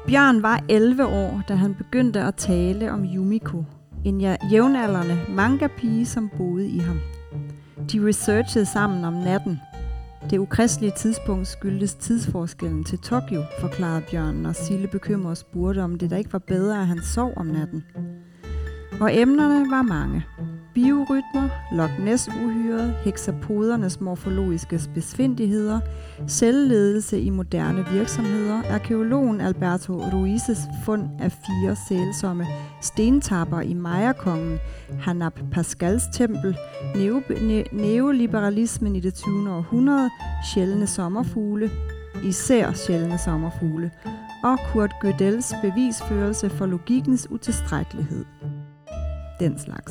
Bjørn var 11 år, da han begyndte at tale om Yumiko, en jævnaldrende manga-pige, som boede i ham. De researchede sammen om natten. Det ukristelige tidspunkt skyldtes tidsforskellen til Tokyo, forklarede Bjørn, når Sille bekymret spurgte, om det der ikke var bedre, at han sov om natten. Og emnerne var mange. Biorytmer, Loch Ness-uhyret, hexapodernes morfologiske spidsfindigheder, selvledelse i moderne virksomheder, arkæologen Alberto Ruizes fund af 4 sælsomme stentapper i Maya-kongen, Hanap Pascals tempel, neoliberalismen i det 20. århundrede, sjældne sommerfugle, især sjældne sommerfugle, og Kurt Gödels bevisførelse for logikkens utilstrækkelighed. Den slags.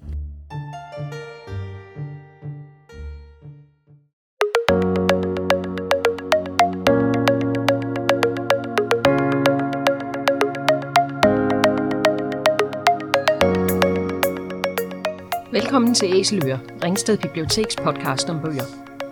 Velkommen til Æseløer, Ringsted Biblioteks podcast om bøger.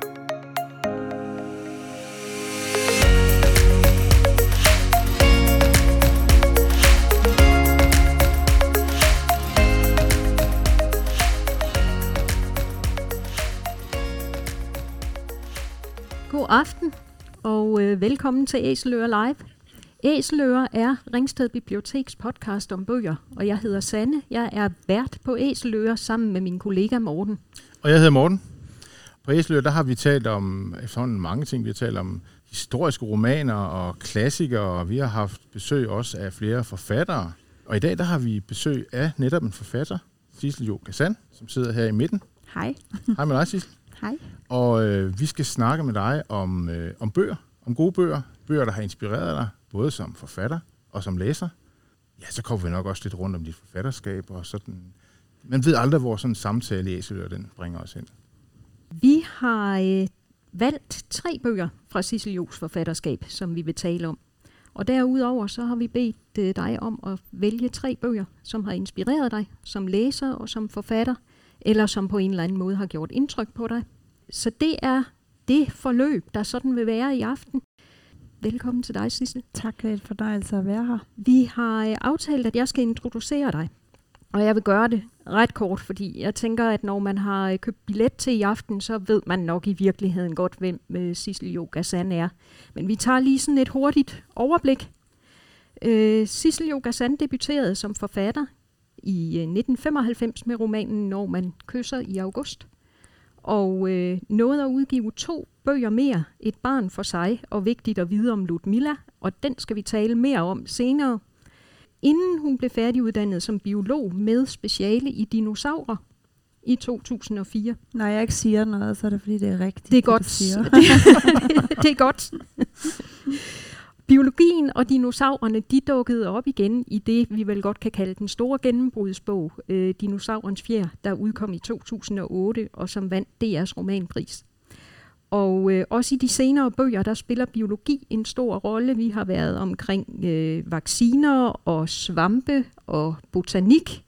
God aften og velkommen til Æseløer Live. Æseløer er Ringsted Biblioteks podcast om bøger, og jeg hedder Sanne. Jeg er vært på Æseløer sammen med min kollega Morten. Og jeg hedder Morten. På Æseløer, der har vi talt om efterhånden mange ting. Vi har talt om historiske romaner og klassikere, og vi har haft besøg også af flere forfattere. Og i dag, der har vi besøg af netop en forfatter, Sissel Jo Gazan, som sidder her i midten. Hej. Hej med dig, Sissel. Hej. Og vi skal snakke med dig om bøger, om gode bøger. Bøger, der har inspireret dig, både som forfatter og som læser. Ja, så kommer vi nok også lidt rundt om dit forfatterskab og sådan. Man ved aldrig, hvor sådan en samtale i Æseløer, den bringer os hen. Vi har valgt 3 bøger fra Sissel Jos forfatterskab, som vi vil tale om. Og derudover så har vi bedt dig om at vælge 3 bøger, som har inspireret dig som læser og som forfatter, eller som på en eller anden måde har gjort indtryk på dig. Så det er det forløb, der sådan vil være i aften. Velkommen til dig, Sissel. Tak, det er en fornøjelse at være her. Vi har aftalt, at jeg skal introducere dig. Og jeg vil gøre det ret kort, fordi jeg tænker, at når man har købt billet til i aften, så ved man nok i virkeligheden godt, hvem Sissel Jo Gazan er. Men vi tager lige sådan et hurtigt overblik. Sissel Jo Gazan debuterede som forfatter i 1995 med romanen Når man kysser i august. Og nåede at udgive 2 bøger mere, Et barn for sig og Vigtigt at vide om Ludmilla, og den skal vi tale mere om senere. Inden hun blev færdiguddannet som biolog med speciale i dinosaurer i 2004. Når jeg ikke siger noget, så er det fordi, det er rigtigt. Det er godt. Det er godt. Biologien og dinosaurerne, de dukkede op igen i det, vi vel godt kan kalde den store gennembrudsbog, Dinosaurens fjer, der udkom i 2008 og som vandt DR's romanpris. Og også i de senere bøger, der spiller biologi en stor rolle. Vi har været omkring vacciner og svampe og botanik.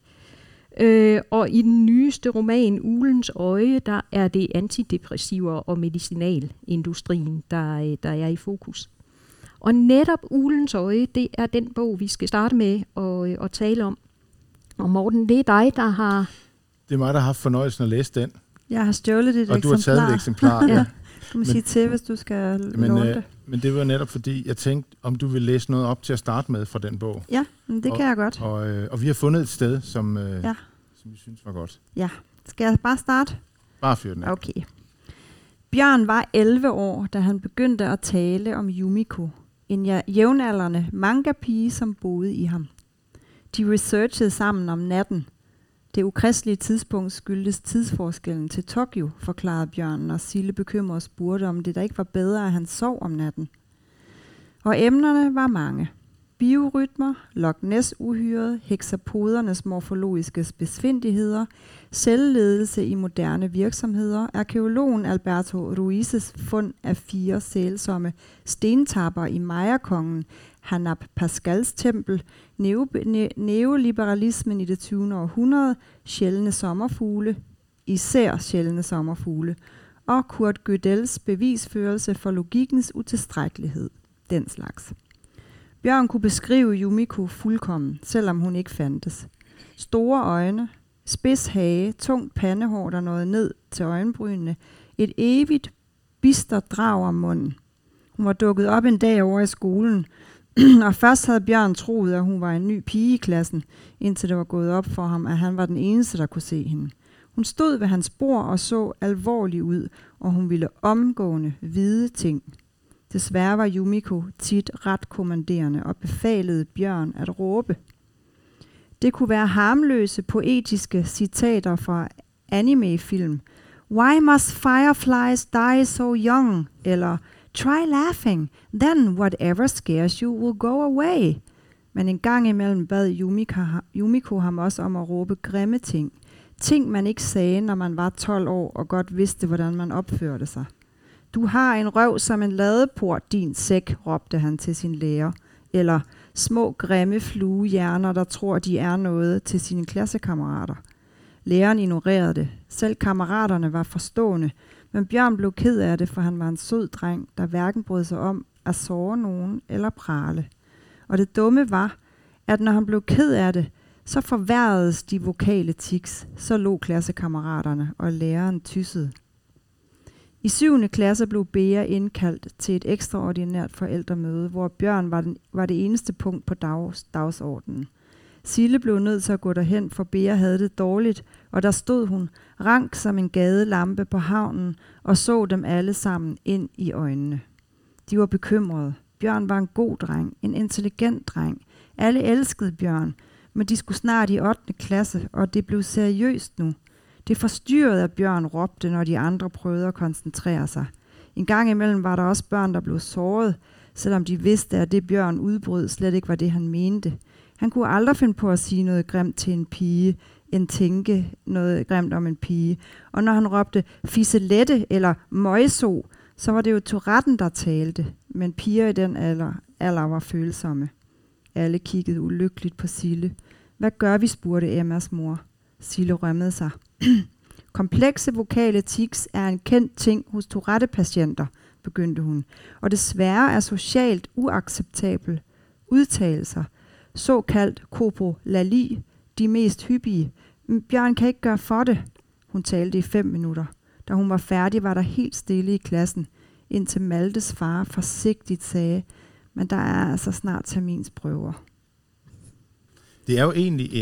Og i den nyeste roman, Uglens øje, der er det antidepressiver og medicinalindustrien, der er i fokus. Og netop Uglens øje, det er den bog, vi skal starte med at tale om. Og Morten, det er dig, der har... Det er mig, der har haft fornøjelsen at læse den. Jeg har stjålet et eksemplar. Og du har taget et eksemplar, ja. Du må sige til, hvis du skal låne det. Men det var netop fordi, jeg tænkte, om du vil læse noget op til at starte med fra den bog. Ja, det kan jeg godt. Og vi har fundet et sted, som vi synes var godt. Ja. Skal jeg bare starte? Bare fyr den af. Okay. Bjørn var 11 år, da han begyndte at tale om Yumiko, en jævnaldrende manga-pige, som boede i ham. De researchede sammen om natten. Det ukristelige tidspunkt skyldtes tidsforskellen til Tokyo, forklarede Bjørn, når Sille bekymret spurgte, om det der ikke var bedre, at han sov om natten. Og emnerne var mange. Biorytmer, Loch Ness-uhyret, hexapodernes morfologiske spidsfindigheder, selvledelse i moderne virksomheder, arkæologen Alberto Ruizes fund af 4 sælsomme stentapper i Maya-kongen, Hanap Pascals tempel, neoliberalismen i det 20. århundrede, sjældne sommerfugle, især sjældne sommerfugle, og Kurt Gödels bevisførelse for logikkens utilstrækkelighed. Den slags. Bjørn kunne beskrive Yumiko fuldkommen, selvom hun ikke fandtes. Store øjne, spids hage, tungt pandehår, der nåede ned til øjenbrynene, et evigt bistert drag om munden. Hun var dukket op en dag over i skolen, og først havde Bjørn troet, at hun var en ny pige i klassen, indtil det var gået op for ham, at han var den eneste, der kunne se hende. Hun stod ved hans bord og så alvorlig ud, og hun ville omgående vide ting. Desværre var Yumiko tit ret kommanderende og befalede Bjørn at råbe. Det kunne være harmløse, poetiske citater fra anime-film. Why must fireflies die so young? Eller try laughing, then whatever scares you will go away. Men en gang imellem bad Yumiko ham også om at råbe grimme ting. Ting, man ikke sagde, når man var 12 år og godt vidste, hvordan man opførte sig. Du har en røv som en ladeport, din sæk, råbte han til sin lærer. Eller små grimme fluehjerner, der tror, de er noget, til sine klassekammerater. Læreren ignorerede det. Selv kammeraterne var forstående, men Bjørn blev ked af det, for han var en sød dreng, der hverken brød sig om at såre nogen eller prale. Og det dumme var, at når han blev ked af det, så forværredes de vokale tics, så lå klassekammeraterne, og læreren tyssede. I 7. klasse blev Bea indkaldt til et ekstraordinært forældremøde, hvor Bjørn var det eneste punkt på dagsordenen. Sille blev nødt til at gå derhen, for Bea havde det dårligt, og der stod hun, rank som en gadelampe på havnen, og så dem alle sammen ind i øjnene. De var bekymrede. Bjørn var en god dreng, en intelligent dreng. Alle elskede Bjørn, men de skulle snart i 8. klasse, og det blev seriøst nu. Det forstyrrede, at Bjørn råbte, når de andre prøvede at koncentrere sig. En gang imellem var der også børn, der blev såret, selvom de vidste, at det Bjørn udbrød slet ikke var det, han mente. Han kunne aldrig finde på at sige noget grimt til en pige, end tænke noget grimt om en pige. Og når han råbte fiselette eller møjso, så var det jo Touretten, der talte. Men piger i den alder var følsomme. Alle kiggede ulykkeligt på Sille. Hvad gør vi, spurgte Emmas mor. Sille rømmede sig. Komplekse vokale tics er en kendt ting hos Tourette-patienter, begyndte hun. Og desværre er socialt uacceptabel udtalelser, såkaldt kopolali, de mest hyppige. Bjørn kan ikke gøre for det. Hun talte i 5 minutter. Da hun var færdig, var der helt stille i klassen, indtil Maltes far forsigtigt sagde, men der er altså snart terminsprøver. Det er jo egentlig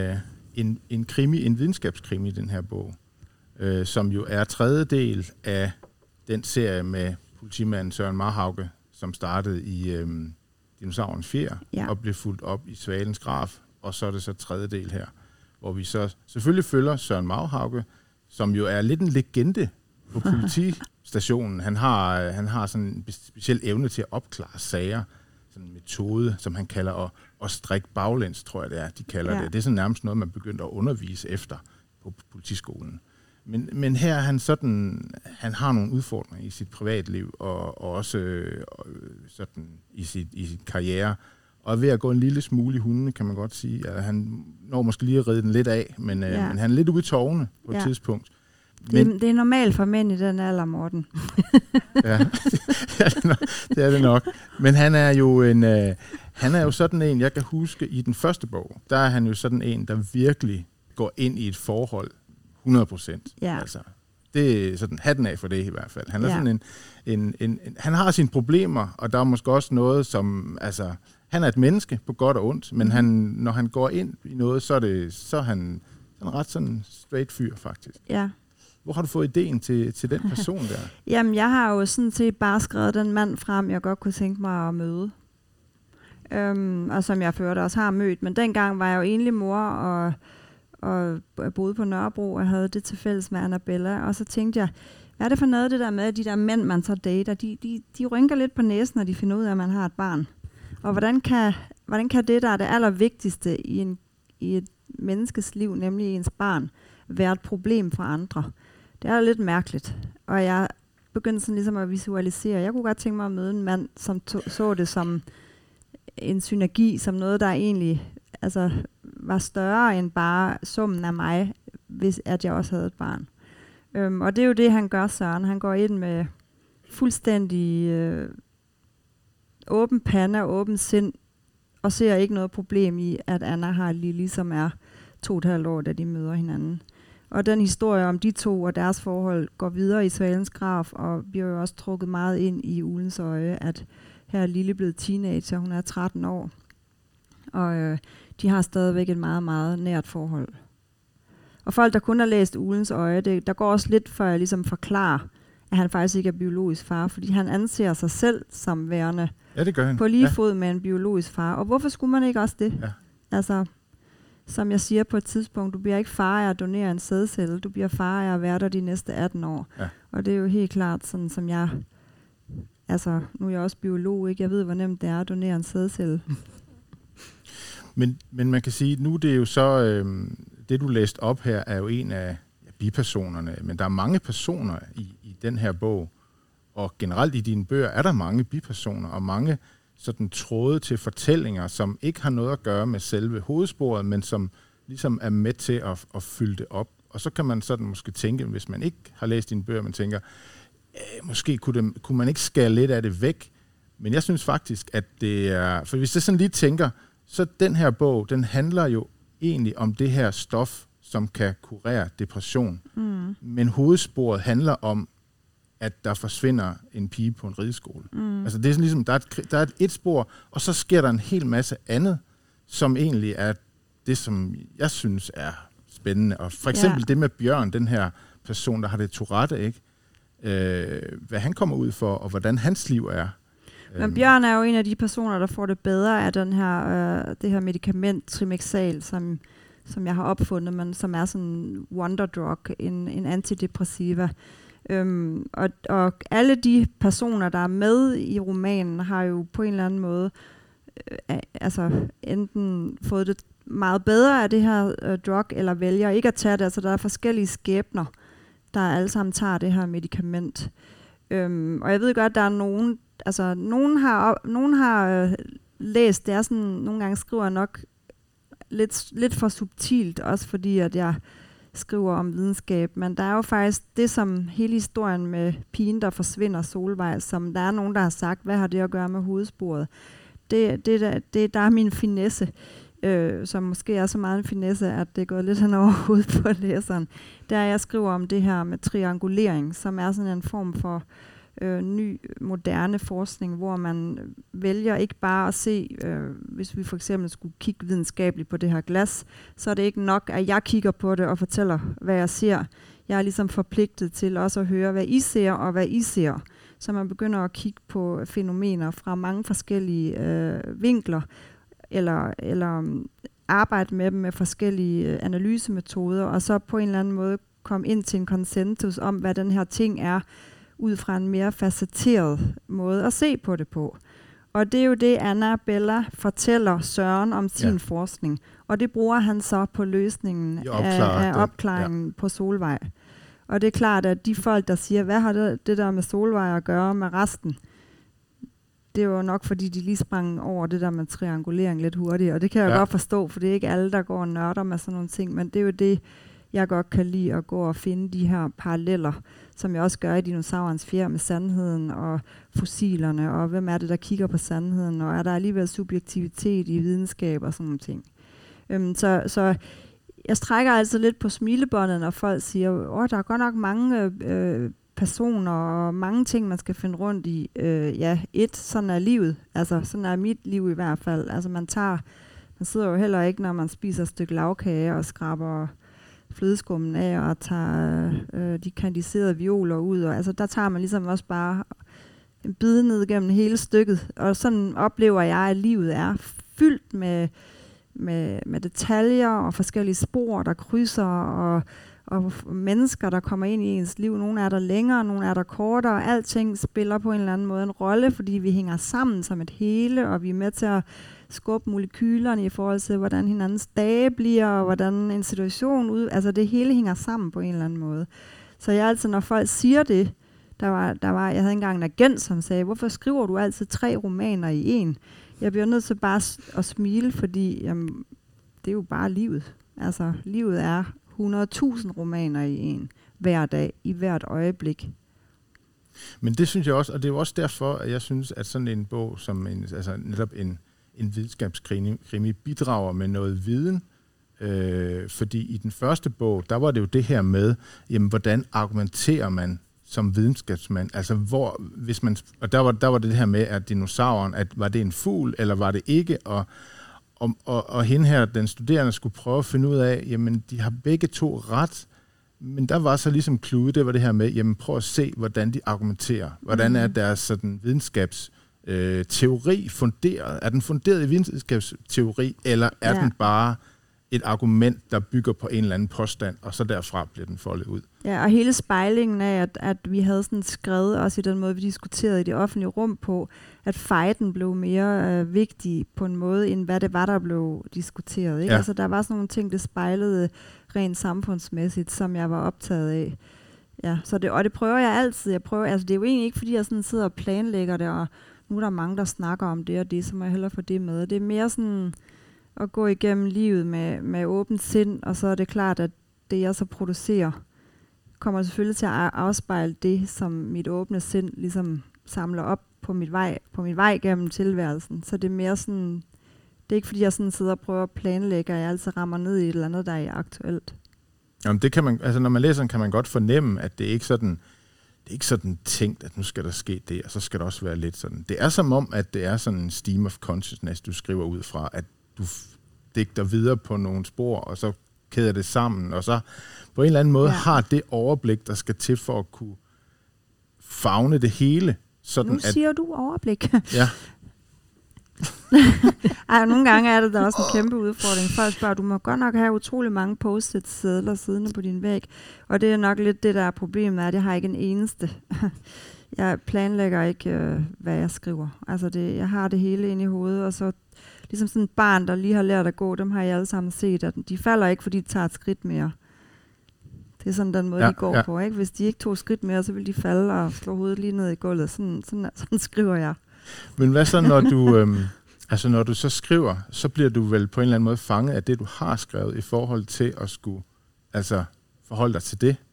en krimi, en videnskabskrimi, den her bog, som jo er 3. del af den serie med politimanden Søren Marhauge, som startede i Dinosaurens fjer, og blev fulgt op i Svalens Graf, og så er det så 3. del her, hvor vi så selvfølgelig følger Søren Marhauge, som jo er lidt en legende på politistationen. Han har sådan en speciel evne til at opklare sager, sådan en metode, som han kalder at strikke baglæns, tror jeg det er, de kalder det. Det er sådan nærmest noget, man begyndte at undervise efter på politiskolen. Men her er han sådan, han har nogle udfordringer i sit privatliv, og også sådan i sit karriere, og er ved at gå en lille smule i hundene, kan man godt sige. Han når måske lige at ride den lidt af, men han er lidt ude i tårne på et tidspunkt. Det er normalt for mænd i den alder, Morten. Ja, det er det nok. Men han er jo sådan en, jeg kan huske i den første bog, der er han jo sådan en, der virkelig går ind i et forhold 100%. Ja. Altså, det er sådan hatten af for det i hvert fald. Han er sådan han har sine problemer, og der er måske også noget, som, altså, han er et menneske på godt og ondt, men når han går ind i noget, så er han sådan ret sådan straight fyr, faktisk. Ja. Hvor har du fået ideen til den person der? Jamen, jeg har jo sådan set bare skrevet den mand frem, jeg godt kunne tænke mig at møde. Og som jeg førte også har mødt. Men dengang var jeg jo enlig mor, og boede på Nørrebro, og havde det til fælles med Annabella. Og så tænkte jeg, hvad er det for noget, det der med, at de der mænd, man så dater, de rynker lidt på næsen, når de finder ud af, at man har et barn. Og hvordan kan det, der er det allervigtigste i et menneskes liv, nemlig ens barn, være et problem for andre? Det er lidt mærkeligt. Og jeg begyndte sådan ligesom at visualisere. Jeg kunne godt tænke mig at møde en mand, som så det som en synergi, som noget, der egentlig var større end bare summen af mig, hvis at jeg også havde et barn. Og det er jo det, han gør, Søren. Han går ind med fuldstændig åben pande og åben sind og ser ikke noget problem i, at Anna har Lily, som er 2,5 år, da de møder hinanden. Og den historie om de to og deres forhold går videre i Svalens Graf, og bliver jo også trukket meget ind i Uglens Øje, at her er Lily blevet teenager, hun er 13 år. Og de har stadigvæk et meget, meget nært forhold. Og folk, der kun har læst Uglens Øje, der går også lidt for at ligesom forklare, at han faktisk ikke er biologisk far, fordi han anser sig selv som værende det gør han. På lige fod med en biologisk far. Og hvorfor skulle man ikke også det? Ja. Altså, som jeg siger på et tidspunkt, du bliver ikke far af at donere en sædcelle, du bliver far af at være der de næste 18 år. Ja. Og det er jo helt klart sådan, som jeg... Altså, nu er jeg også biolog, ikke? Jeg ved, hvor nemt det er at donere en sædcelle. Men man kan sige, nu det er jo så... det, du læste op her, er jo en af bipersonerne, men der er mange personer i den her bog, og generelt i dine bøger er der mange bipersoner, og mange sådan tråde til fortællinger, som ikke har noget at gøre med selve hovedsporet, men som ligesom er med til at fylde det op. Og så kan man sådan måske tænke, hvis man ikke har læst dine bøger, man tænker, måske kunne man ikke skære lidt af det væk. Men jeg synes faktisk, at det er... For hvis jeg sådan lige tænker, så den her bog, den handler jo egentlig om det her stof, som kan kurere depression. Mm. Men hovedsporet handler om, at der forsvinder en pige på en rideskole. Mm. Altså det er sådan ligesom, der er et spor, og så sker der en hel masse andet, som egentlig er det, som jeg synes er spændende. Og for eksempel det med Bjørn, den her person, der har det Tourette, ikke? Hvad han kommer ud for, og hvordan hans liv er. Men Bjørn er jo en af de personer, der får det bedre af det her medicament Trimexal, som jeg har opfundet, men som er sådan en wonder drug, en antidepressiva. Og alle de personer, der er med i romanen, har jo på en eller anden måde enten fået det meget bedre af det her drug, eller vælger ikke at tage det. Altså der er forskellige skæbner, der alle sammen tager det her medicament. Og jeg ved godt, at der er nogen, altså nogen har læst, det er sådan, nogle gange skriver jeg nok lidt for subtilt, også fordi at jeg skriver om videnskab, men der er jo faktisk det, som hele historien med pigen, der forsvinder, Solvej, som der er nogen, der har sagt, hvad har det at gøre med hovedsporet? Der er min finesse, som måske er så meget en finesse, at det går lidt hen over hovedet på læseren. Der jeg skriver om det her med triangulering, som er sådan en form for ny, moderne forskning, hvor man vælger ikke bare at se, hvis vi for eksempel skulle kigge videnskabeligt på det her glas, så er det ikke nok, at jeg kigger på det og fortæller, hvad jeg ser. Jeg er ligesom forpligtet til også at høre, hvad I ser og hvad I ser. Så man begynder at kigge på fænomener fra mange forskellige vinkler, eller arbejde med dem med forskellige analysemetoder, og så på en eller anden måde komme ind til en konsensus om, hvad den her ting er, ud fra en mere facetteret måde at se på det på. Og det er jo det, Anna-Bella fortæller Søren om sin forskning. Og det bruger han så på løsningen af opklaringen på Solvej. Og det er klart, at de folk, der siger, hvad har det der med Solvej at gøre med resten? Det er jo nok, fordi de lige sprang over det der med triangulering lidt hurtigt. Og det kan jeg godt forstå, for det er ikke alle, der går og nørder med sådan nogle ting. Men det er jo det, jeg godt kan lide at gå og finde de her paralleller, som jeg også gør i Dinosaurens fjer med sandheden og fossilerne, og hvem er det, der kigger på sandheden, og er der alligevel subjektivitet i videnskab og sådan nogle ting. Så jeg strækker altså lidt på smilebåndet, når folk siger, der er godt nok mange personer og mange ting, man skal finde rundt i. Sådan er livet. Altså, sådan er mit liv i hvert fald. Altså, man sidder jo heller ikke, når man spiser et stykke lavkage og skraber flødeskummen af og tager de kandiserede violer ud. Og, altså, der tager man ligesom også bare en bid ned gennem hele stykket. Og sådan oplever jeg, at livet er fyldt med detaljer og forskellige spor, der krydser, og mennesker, der kommer ind i ens liv. Nogle er der længere, nogle er der kortere. Alting spiller på en eller anden måde en rolle, fordi vi hænger sammen som et hele, og vi er med til at skubbe molekylerne i forhold til, hvordan hinandens dage bliver, og hvordan en situation altså det hele hænger sammen på en eller anden måde. Så jeg altid, når folk siger det, jeg havde engang en agent, som sagde, hvorfor skriver du altid 3 romaner i en? Jeg bliver nødt til bare at smile, fordi det er jo bare livet. Altså, livet er 100.000 romaner i en hver dag, i hvert øjeblik. Men det synes jeg også, og det er jo også derfor, at jeg synes, at sådan en bog som netop en videnskabskrimi bidrager med noget viden. Fordi i den første bog, der var det jo det her med, jamen, hvordan argumenterer man som videnskabsmand? Altså, og der var det her med, at dinosauren, at var det en fugl, eller var det ikke? Og hende her, den studerende, skulle prøve at finde ud af, jamen, de har begge to ret, men der var så ligesom clue, det var det her med, jamen, prøv at se, hvordan de argumenterer. Hvordan er deres sådan videnskabsteori funderet? Er den funderet i videnskabsteori, eller er den bare et argument, der bygger på en eller anden påstand, og så derfra bliver den foldet ud? Ja, og hele spejlingen af, at vi havde sådan skrevet også i den måde, vi diskuterede i det offentlige rum på, at fighten blev mere vigtig på en måde, end hvad det var, der blev diskuteret. Ikke? Ja. Altså, der var sådan nogle ting, det spejlede rent samfundsmæssigt, som jeg var optaget af. Ja, så det prøver jeg altid. Altså, det er jo egentlig ikke, fordi jeg sådan sidder og planlægger det, og nu er der mange, der snakker om det og det, så må jeg hellere få det med. Det er mere sådan at gå igennem livet med åbent sind, og så er det klart, at det, jeg så producerer, kommer selvfølgelig til at afspejle det, som mit åbne sind ligesom samler op på mit vej gennem tilværelsen. Så det er mere sådan, det er ikke fordi, jeg sådan sidder og prøver at planlægge, og jeg altid rammer ned i et eller andet, der er aktuelt. Jamen det kan man, altså når man læser den, kan man godt fornemme, at det er ikke sådan tænkt, at nu skal der ske det, og så skal der også være lidt sådan. Det er som om, at det er sådan en stream of consciousness, du skriver ud fra, at du digter videre på nogle spor, og så kæder det sammen, og så på en eller anden måde har det overblik, der skal til for at kunne favne det hele. Sådan nu siger du overblik. Ja. Ej, nogle gange er det da også en kæmpe udfordring. Folk spørger, du må godt nok have utrolig mange post-it-sedler siddende på din væg, og det er nok lidt det, der er problemet, at jeg har ikke en eneste. Jeg planlægger ikke, hvad jeg skriver. Altså jeg har det hele inde i hovedet, og så ligesom sådan et barn, der lige har lært at gå, dem har jeg alle sammen set, at de falder ikke, fordi de tager et skridt mere. Det er sådan den måde, de går på. Ikke? Hvis de ikke tog skridt mere, så vil de falde og slå hovedet lige ned i gulvet. Sådan skriver jeg. Men hvad så, når når du så skriver, så bliver du vel på en eller anden måde fanget af det, du har skrevet, i forhold til at skulle forholde dig til det?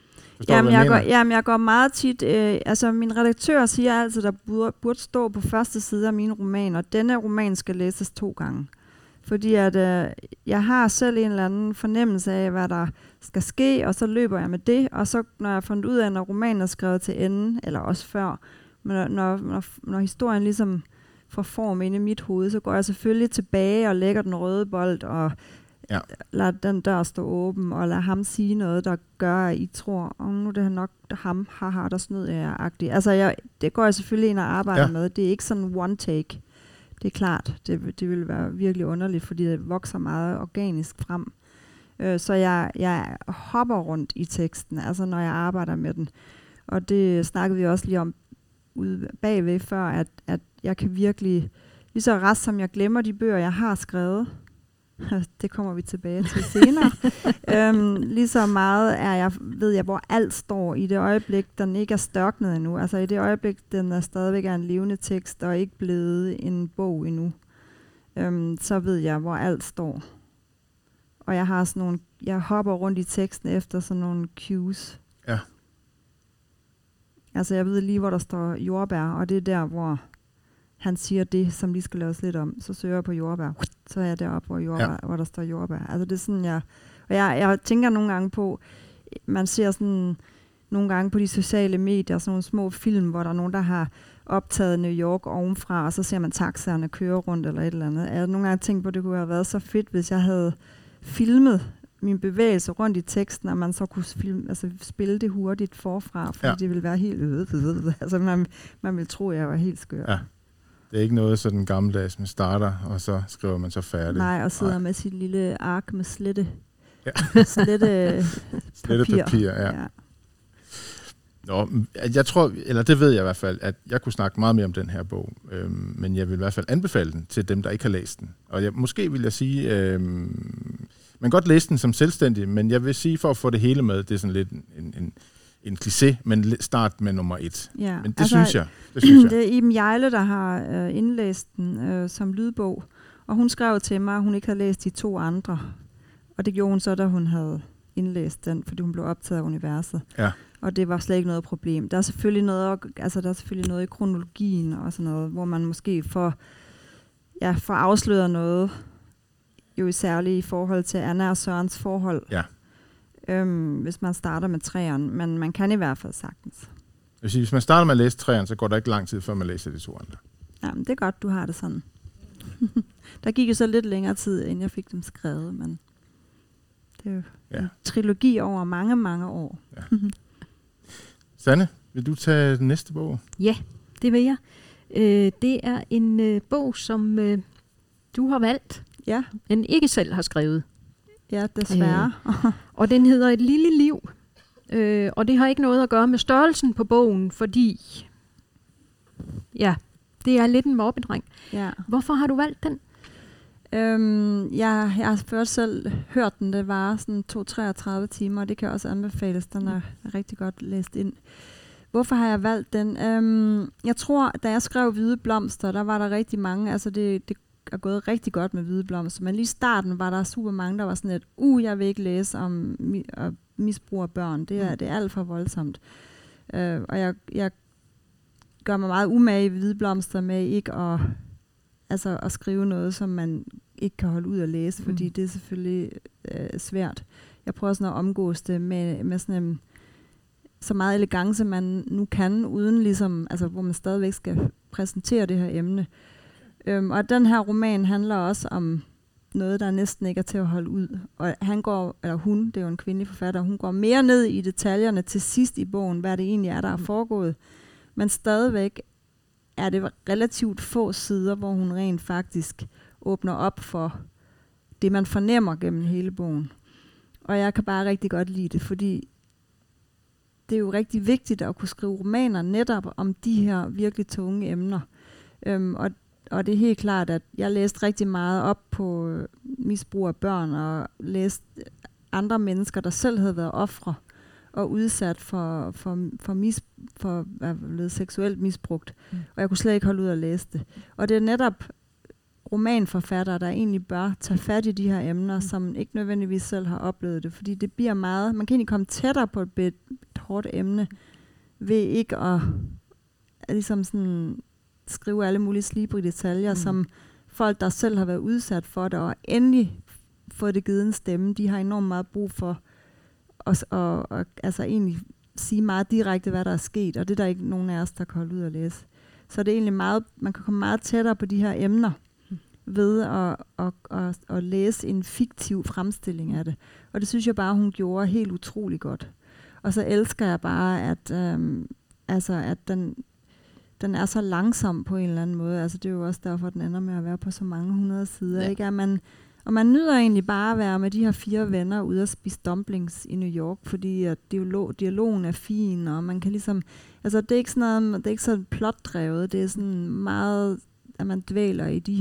Jeg går meget tit, min redaktør siger altid, at der burde stå på første side af mine romaner, og denne roman skal læses 2 gange. Fordi at jeg har selv en eller anden fornemmelse af, hvad der skal ske, og så løber jeg med det, og så når jeg har fundet ud af, når romanen er skrevet til enden, eller også før, men når historien ligesom får form inde i mit hoved, så går jeg selvfølgelig tilbage og lægger den røde bold, og lader den dør stå åben, og lader ham sige noget, der gør, at I tror, nu er det nok ham, der snød jeg-agtigt. Altså, det går jeg selvfølgelig ind og arbejder med. Det er ikke sådan one take. Det er klart, det vil være virkelig underligt, fordi det vokser meget organisk frem. Så jeg hopper rundt i teksten, altså når jeg arbejder med den. Og det snakkede vi også lige om ude bagved før, at jeg kan virkelig, lige så rest som jeg glemmer de bøger, jeg har skrevet, det kommer vi tilbage til senere, lige så meget ved jeg, hvor alt står i det øjeblik, den ikke er størknet endnu. Altså i det øjeblik, den er stadigvæk en levende tekst, og ikke blevet en bog endnu, så ved jeg, hvor alt står. Og jeg hopper rundt i teksten efter sådan nogle cues. Ja. Altså jeg ved lige, hvor der står jordbær, og det er der, hvor han siger det, som lige skal laves lidt om. Så søger jeg på jordbær. Så er jeg deroppe, hvor der står jordbær. Altså det er sådan, jeg tænker nogle gange på, man ser sådan nogle gange på de sociale medier, sådan nogle små film, hvor der er nogen, der har optaget New York ovenfra, og så ser man taxaerne køre rundt eller et eller andet. Jeg har nogle gange tænkt på, at det kunne have været så fedt, hvis jeg havde filmet min bevægelse rundt i teksten, og man så kunne spille det hurtigt forfra, fordi det ville være helt altså man ville tro, at jeg var helt skør. Ja. Det er ikke noget sådan gammeldags, man starter, og så skriver man så færdigt. Nej, og sidder med sit lille ark med slette papir. Ja. Nå, jeg tror, eller det ved jeg i hvert fald, at jeg kunne snakke meget mere om den her bog, men jeg vil i hvert fald anbefale den til dem, der ikke har læst den. Og måske vil jeg sige, man kan godt læse den som selvstændig, men jeg vil sige, for at få det hele med, det er sådan lidt en kliché, men start med nummer 1. Ja, men det synes jeg. Det er Iben Hjejle, der har indlæst den som lydbog, og hun skrev til mig, at hun ikke havde læst de 2 andre. Og det gjorde hun så, da hun havde indlæst den, fordi hun blev optaget af universet. Ja. Og det var slet ikke noget problem. Der er selvfølgelig noget i kronologien og sådan noget, hvor man måske får får afsløret noget, jo særligt i forhold til Anna og Sørens forhold. Ja. Hvis man starter med 3'eren, men man kan i hvert fald sagtens. Hvis man starter med at læse 3'eren, så går der ikke lang tid, før man læser de 2 andre. Jamen, det er godt, du har det sådan. Der gik jo så lidt længere tid, inden jeg fik dem skrevet, men det er jo en trilogi over mange, mange år. Ja. Sanne, vil du tage den næste bog? Ja, det vil jeg. Det er en bog, som du har valgt, men ikke selv har skrevet. Ja, desværre. Og den hedder Et lille liv. Og det har ikke noget at gøre med størrelsen på bogen, fordi det er lidt en mobbedreng. Ja. Hvorfor har du valgt den? Jeg har først selv hørt den. Det var sådan 2-33 timer, og det kan også anbefales. Den er rigtig godt læst ind. Hvorfor har jeg valgt den? Jeg tror, da jeg skrev Hvide Blomster, der var der rigtig mange. Altså det er gået rigtig godt med Hvide Blomster, men lige i starten var der super mange, der var sådan et, jeg vil ikke læse om misbrug af børn. Det er alt for voldsomt. Og jeg gør mig meget umage i Hvide Blomster med ikke at skrive noget, som man ikke kan holde ud at læse, fordi det er selvfølgelig svært. Jeg prøver sådan at omgås det med sådan en så meget elegance, man nu kan, uden ligesom, altså hvor man stadigvæk skal præsentere det her emne. Og den her roman handler også om noget, der næsten ikke er til at holde ud. Og hun, det er jo en kvindelig forfatter, hun går mere ned i detaljerne til sidst i bogen, hvad det egentlig er, der er foregået. Men stadigvæk er det relativt få sider, hvor hun rent faktisk åbner op for det, man fornemmer gennem hele bogen. Og jeg kan bare rigtig godt lide det, fordi det er jo rigtig vigtigt at kunne skrive romaner netop om de her virkelig tunge emner. Og det er helt klart, at jeg læste rigtig meget op på misbrug af børn, og læste andre mennesker, der selv havde været ofre og udsat for seksuelt misbrugt. Og jeg kunne slet ikke holde ud at læse det. Og det er netop romanforfattere, der egentlig bør tage fat i de her emner, som ikke nødvendigvis selv har oplevet det. Fordi det bliver meget, man kan egentlig komme tættere på et hårdt emne, ved ikke at ligesom sådan skrive alle mulige slibrige detaljer, som folk, der selv har været udsat for det, og endelig fået det givet en stemme, de har enormt meget brug for at altså egentlig sige meget direkte, hvad der er sket, og det er der ikke nogen af os, der kan holde ud at læse. Så det er egentlig meget, man kan komme meget tættere på de her emner, ved at læse en fiktiv fremstilling af det. Og det synes jeg bare, hun gjorde helt utrolig godt. Og så elsker jeg bare, at den er så langsom på en eller anden måde. Altså det er jo også derfor, den ender med at være på så mange 100 sider. Ja. Ikke? Og man nyder egentlig bare at være med de her 4 venner ude at spise dumplings i New York, fordi at dialogen er fin, og man kan ligesom, altså det er ikke sådan noget, det er ikke sådan plotdrevet, det er sådan meget, at man dvæler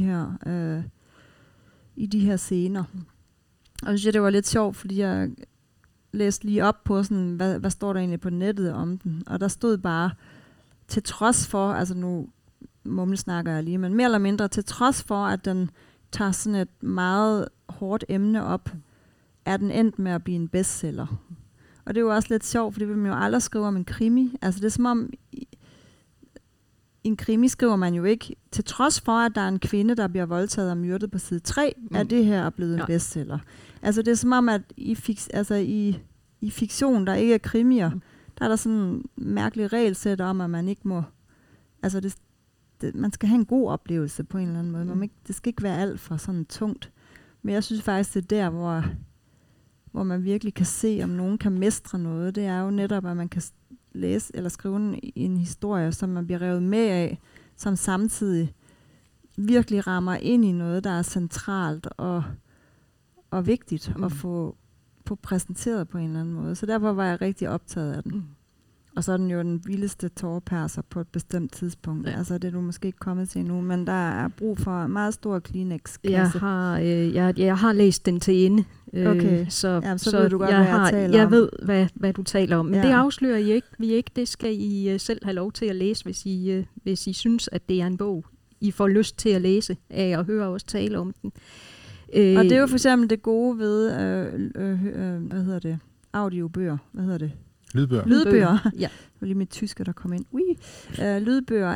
i de her scener. Og jeg synes, det var lidt sjovt, fordi jeg læste lige op på sådan, hvad står der egentlig på nettet om den, og der stod bare, til trods for, altså nu mumlesnakker jeg lige, men mere eller mindre, til trods for, at den tager sådan et meget hårdt emne op, er den endt med at blive en bestseller. Og det er jo også lidt sjovt, for det vil man jo aldrig skrive om en krimi. Altså det er som om, i en krimi skriver man jo ikke, til trods for, at der er en kvinde, der bliver voldtaget og myrdet på side 3, er det her blevet en bestseller. Altså det er som om, at i fiktion, der ikke er krimier, der er der sådan en mærkelig regelsæt om, at man ikke må, altså man skal have en god oplevelse på en eller anden måde. Det skal ikke være alt for sådan tungt. Men jeg synes faktisk, det er der, hvor man virkelig kan se, om nogen kan mestre noget. Det er jo netop, at man kan læse eller skrive en historie, som man bliver revet med af, som samtidig virkelig rammer ind i noget, der er centralt og vigtigt at få præsenteret på en eller anden måde. Så derfor var jeg rigtig optaget af den. Og så er den jo den vildeste tårperser på et bestemt tidspunkt. Ja. Altså det er du måske ikke kommet til endnu, men der er brug for en meget stor Kleenex-kasse. Jeg har læst den til ende. Okay. Så ved du godt, hvad jeg taler om. Jeg ved, hvad du taler om. Men det afslører vi ikke. Det skal I selv have lov til at læse, hvis I synes, at det er en bog, I får lyst til at læse af og høre os tale om den. Og det er jo for eksempel det gode ved, hvad hedder det? Audiobøger. Hvad hedder det? Lydbøger. Lydbøger. Ja. Det var lige mit tyske, der kom ind. Lydbøger, at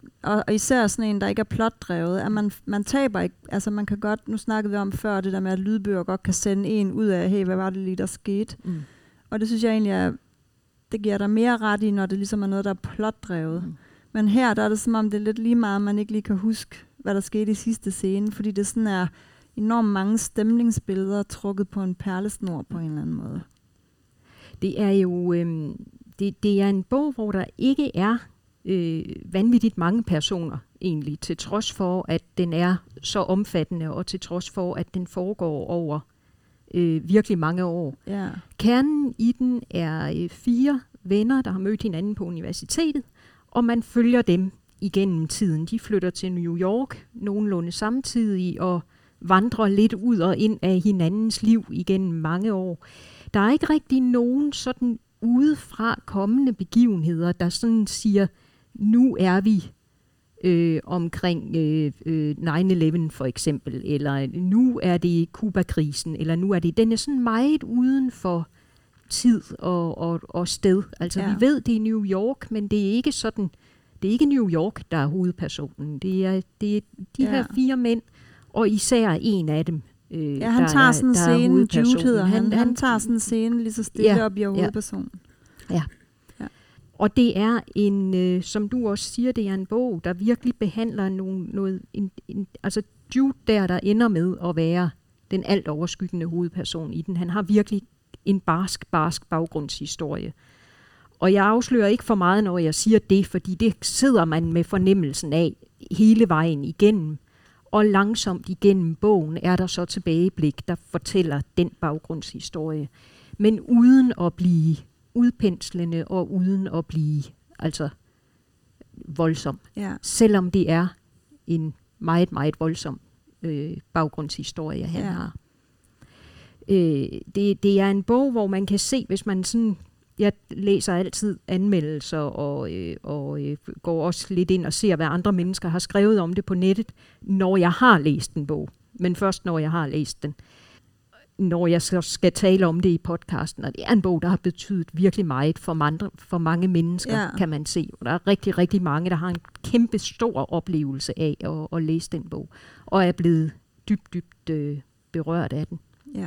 og især sådan en, der ikke er plotdrevet, at man taber ikke, altså man kan godt, nu snakkede vi om før, det der med, at lydbøger godt kan sende en ud af, hey, hvad var det lige, der skete? Og det synes jeg egentlig det giver dig mere ret i, når det ligesom er noget, der er plotdrevet. Men her, der er det som om, det er lidt lige meget, man ikke lige kan huske, hvad der skete i sidste scene, fordi det sådan er enormt mange stemningsbilleder trukket på en perlesnor på en eller anden måde. Det er jo det er en bog, hvor der ikke er vanvittigt mange personer egentlig, til trods for, at den er så omfattende, og til trods for, at den foregår over virkelig mange år. Ja. Kernen i den er 4 venner, der har mødt hinanden på universitetet, og man følger dem igennem tiden. De flytter til New York nogenlunde samtidig, og vandrer lidt ud og ind af hinandens liv igennem mange år. Der er ikke rigtig nogen sådan udefra kommende begivenheder, der sådan siger, nu er vi omkring 9/11 for eksempel, eller nu er det Cuba-krisen, eller nu er det, den er sådan meget uden for tid og sted. Altså vi ved, det er New York, men det er ikke sådan, det er ikke New York, der er hovedpersonen. Det er de her 4 mænd, og især en af dem, han tager sådan en scene, Jude hedder han tager sådan en scene lige så stille og bliver hovedpersonen. Ja. Og det er en, som du også siger, det er en bog, der virkelig behandler altså Jude der ender med at være den alt overskyggende hovedperson i den. Han har virkelig en barsk baggrundshistorie. Og jeg afslører ikke for meget, når jeg siger det, fordi det sidder man med fornemmelsen af hele vejen igennem. Og langsomt igennem bogen er der så tilbageblik, der fortæller den baggrundshistorie. Men uden at blive udpenslende og uden at blive altså voldsom. Ja. Selvom det er en meget, meget voldsom baggrundshistorie, han har. Det er en bog, hvor man kan se, hvis man sådan... Jeg læser altid anmeldelser og går også lidt ind og ser, hvad andre mennesker har skrevet om det på nettet, når jeg har læst en bog. Men først når jeg har læst den. Når jeg skal tale om det i podcasten. Og det er en bog, der har betydet virkelig meget for mange mennesker, kan man se. Og der er rigtig, rigtig mange, der har en kæmpe stor oplevelse af at læse den bog. Og er blevet dybt berørt af den. Ja.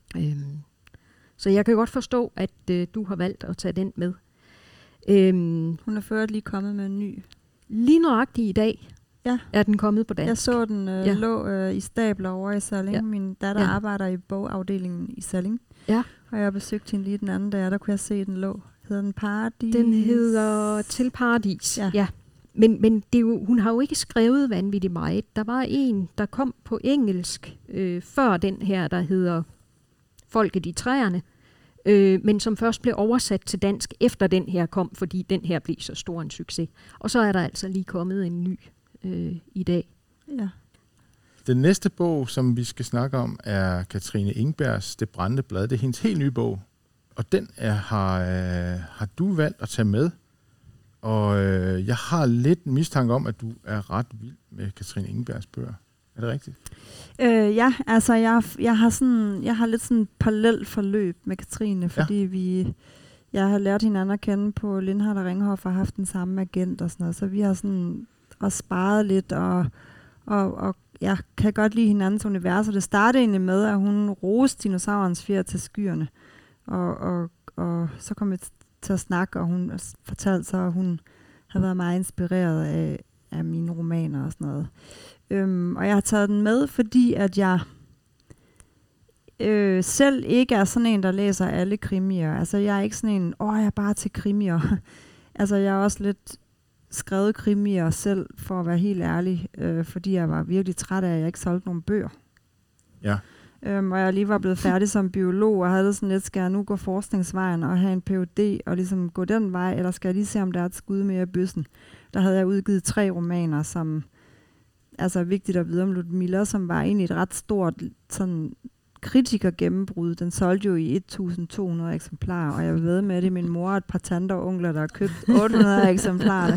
Så jeg kan godt forstå, at du har valgt at tage den med. Hun er før lige kommet med en ny. Lige nøjagtigt i dag er den kommet på dansk. Jeg så den lå i stabler over i Salling. Ja. Min datter arbejder i bogafdelingen i Salling. Ja. Og jeg har besøgt hende lige den anden dag, der kunne jeg se, den lå. Hedder den Paradis? Den hedder Til Paradis, ja. Men det er jo, hun har jo ikke skrevet vanvittigt meget. Der var en, der kom på engelsk før den her, der hedder Folket i træerne, men som først blev oversat til dansk, efter den her kom, fordi den her blev så stor en succes. Og så er der altså lige kommet en ny i dag. Ja. Den næste bog, som vi skal snakke om, er Katrine Ingbergs Det brændte blad. Det er hendes helt nye bog. Og den har du valgt at tage med. Og jeg har lidt mistanke om, at du er ret vild med Katrine Ingbergs bøger. Er det rigtigt? Ja, altså jeg har lidt sådan et parallelt forløb med Katrine, fordi jeg har lært hinanden at kende på Lindhardt og Ringhof og haft den samme agent og sådan noget, så vi har sådan også sparet lidt, og jeg kan godt lide hinandens univers, og det startede egentlig med, at hun roste dinosaurens fjer til skyerne, og så kom vi til at snakke, og hun fortalte så, at hun havde været meget inspireret af mine romaner og sådan noget. Og jeg har taget den med, fordi at jeg selv ikke er sådan en, der læser alle krimier. Altså jeg er ikke sådan en, jeg er bare til krimier. Altså jeg har også lidt skrevet krimier selv, for at være helt ærlig, fordi jeg var virkelig træt af, at jeg ikke solgte nogen bøger. Ja. Og jeg lige var blevet færdig som biolog, og havde sådan lidt, skal jeg nu gå forskningsvejen og have en Ph.D. og ligesom gå den vej, eller skal jeg lige se, om der er et skud mere i bøssen. Der havde jeg udgivet 3 romaner, som altså vigtigt at vide om Ludmilla, som var egentlig et ret stort sådan kritikergennembrud. Den solgte jo i 1.200 eksemplarer, og jeg ved med det, min mor og et par tanter og onkler, der har købt 800 eksemplarer.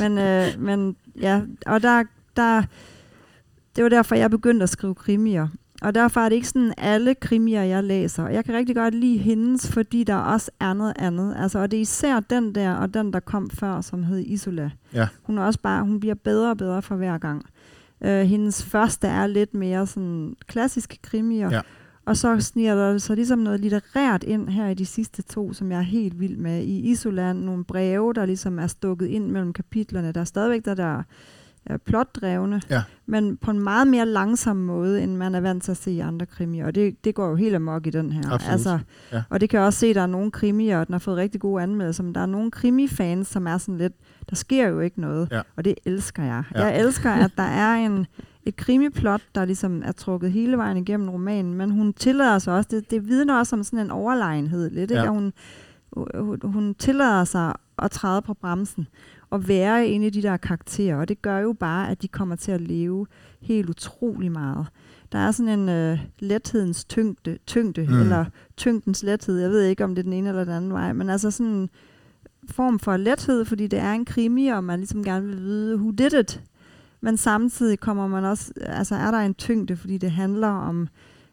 Men ja, og det var derfor, jeg begyndte at skrive krimier. Og derfor er det ikke sådan alle krimier, jeg læser. Jeg kan rigtig godt lide hendes, fordi der også er noget andet. Altså, og det er især den der, og den, der kom før, som hed Isola. Ja. Hun bliver bedre og bedre for hver gang. Hendes første er lidt mere sådan klassiske krimier. Ja. Og så sniger der så ligesom noget litterært ind her i de sidste 2, som jeg er helt vild med. I Isola, nogle breve, der ligesom er stukket ind mellem kapitlerne. Der er stadigvæk der plotdrevne, men på en meget mere langsom måde, end man er vant til at se i andre krimier. Og det går jo helt amok i den her. Altså, og det kan jeg også se, at der er nogle krimier, og den har fået rigtig gode anmeldelser, men der er nogle krimifans, som er sådan lidt, der sker jo ikke noget, og det elsker jeg. Ja. Jeg elsker, at der er et krimiplot, der ligesom er trukket hele vejen igennem romanen, men hun tillader sig også, det vidner også om sådan en overlegenhed lidt, ikke? Hun tillader sig at træde på bremsen og være inde i de der karakterer, og det gør jo bare, at de kommer til at leve helt utrolig meget. Der er sådan en lethedens tyngde eller tyngdens lethed, jeg ved ikke, om det er den ene eller den anden vej, men altså sådan en form for lethed, fordi det er en krimi, og man ligesom gerne vil vide, who did it? Men samtidig kommer man også, altså er der en tyngde, fordi det handler om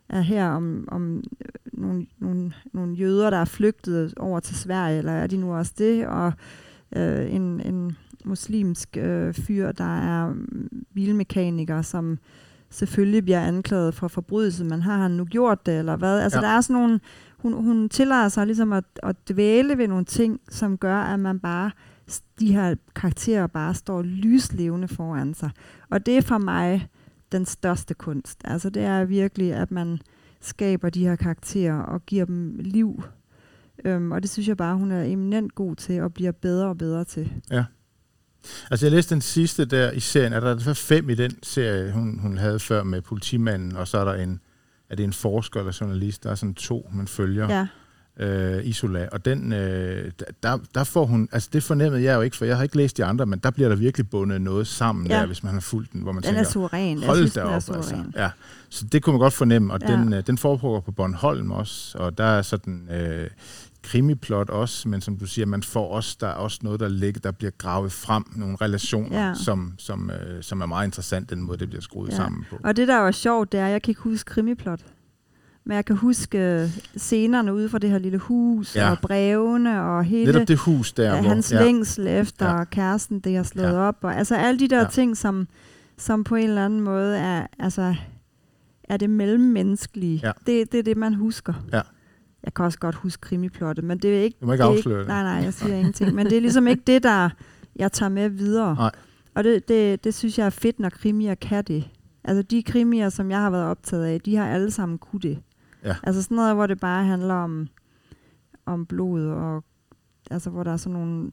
nogle jøder, der er flygtet over til Sverige, eller er de nu også det, og en muslimsk fyr, der er bilmekaniker, som selvfølgelig bliver anklaget for forbrydelse, men har han nu gjort det, eller hvad? Altså der er sådan nogle, hun tillader sig ligesom at dvæle ved nogle ting, som gør, at man bare, de her karakterer bare står lyslevende foran sig. Og det er for mig den største kunst. Altså det er virkelig, at man skaber de her karakterer og giver dem liv. Og det synes jeg bare, hun er eminent god til og bliver bedre og bedre til. Ja. Altså jeg læste den sidste der i serien. Er der 5 i den serie, hun havde før med politimanden, og så er der er det en forsker eller journalist? Der er sådan 2, man følger. Ja. Isola, og den der får hun, altså det fornemmede jeg jo ikke, for jeg har ikke læst de andre, men der bliver der virkelig bundet noget sammen der, hvis man har fulgt den, hvor man tænker, er suveræn. Hold da op, altså. Ja. Så det kunne man godt fornemme, og den foregår på Bornholm også, og der er sådan krimiplot også, men som du siger, der er også noget, der bliver gravet frem, nogle relationer, som er meget interessant, den måde, det bliver skruet sammen på. Og det, der var sjovt, det er, jeg kan ikke huske krimiplot. Men jeg kan huske scenerne ude fra det her lille hus, og brevene, og hele netop det hus der, hvor hans længsel efter kæresten, det har slået op. Og, altså alle de der ting, som på en eller anden måde er det mellemmenneskelige. Ja. Det er det, man husker. Ja. Jeg kan også godt huske krimiplottet, men det er ikke... Du må ikke afsløre det. Nej, jeg siger ingenting. Men det er ligesom ikke det, der jeg tager med videre. Nej. Og det synes jeg er fedt, når krimier kan det. Altså de krimier, som jeg har været optaget af, de har alle sammen kunne det. Ja. Altså sådan noget, hvor det bare handler om blod, og altså hvor der er sådan nogle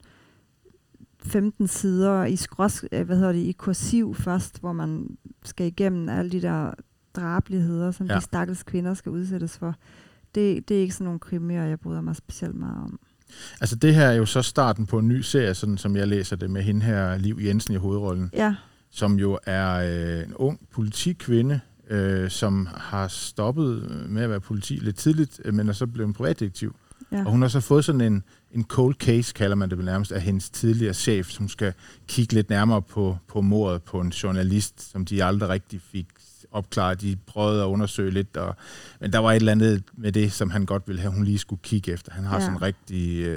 15 sider i kursiv først, hvor man skal igennem alle de der drabeligheder, som de stakkels kvinder skal udsættes for. Det er ikke sådan nogle krimier, jeg bryder mig specielt meget om. Altså det her er jo så starten på en ny serie, sådan som jeg læser det, med hende her, Liv Jensen i hovedrollen, som jo er en ung politikvinde, som har stoppet med at være politi lidt tidligt, men er så blevet en privatdetektiv. Ja. Og hun har så fået sådan en cold case, kalder man det vel nærmest, af hendes tidligere chef, som skal kigge lidt nærmere på mordet på en journalist, som de aldrig rigtig fik opklaret. De prøvede at undersøge lidt, men der var et eller andet med det, som han godt ville have, hun lige skulle kigge efter. Han har sådan rigtig...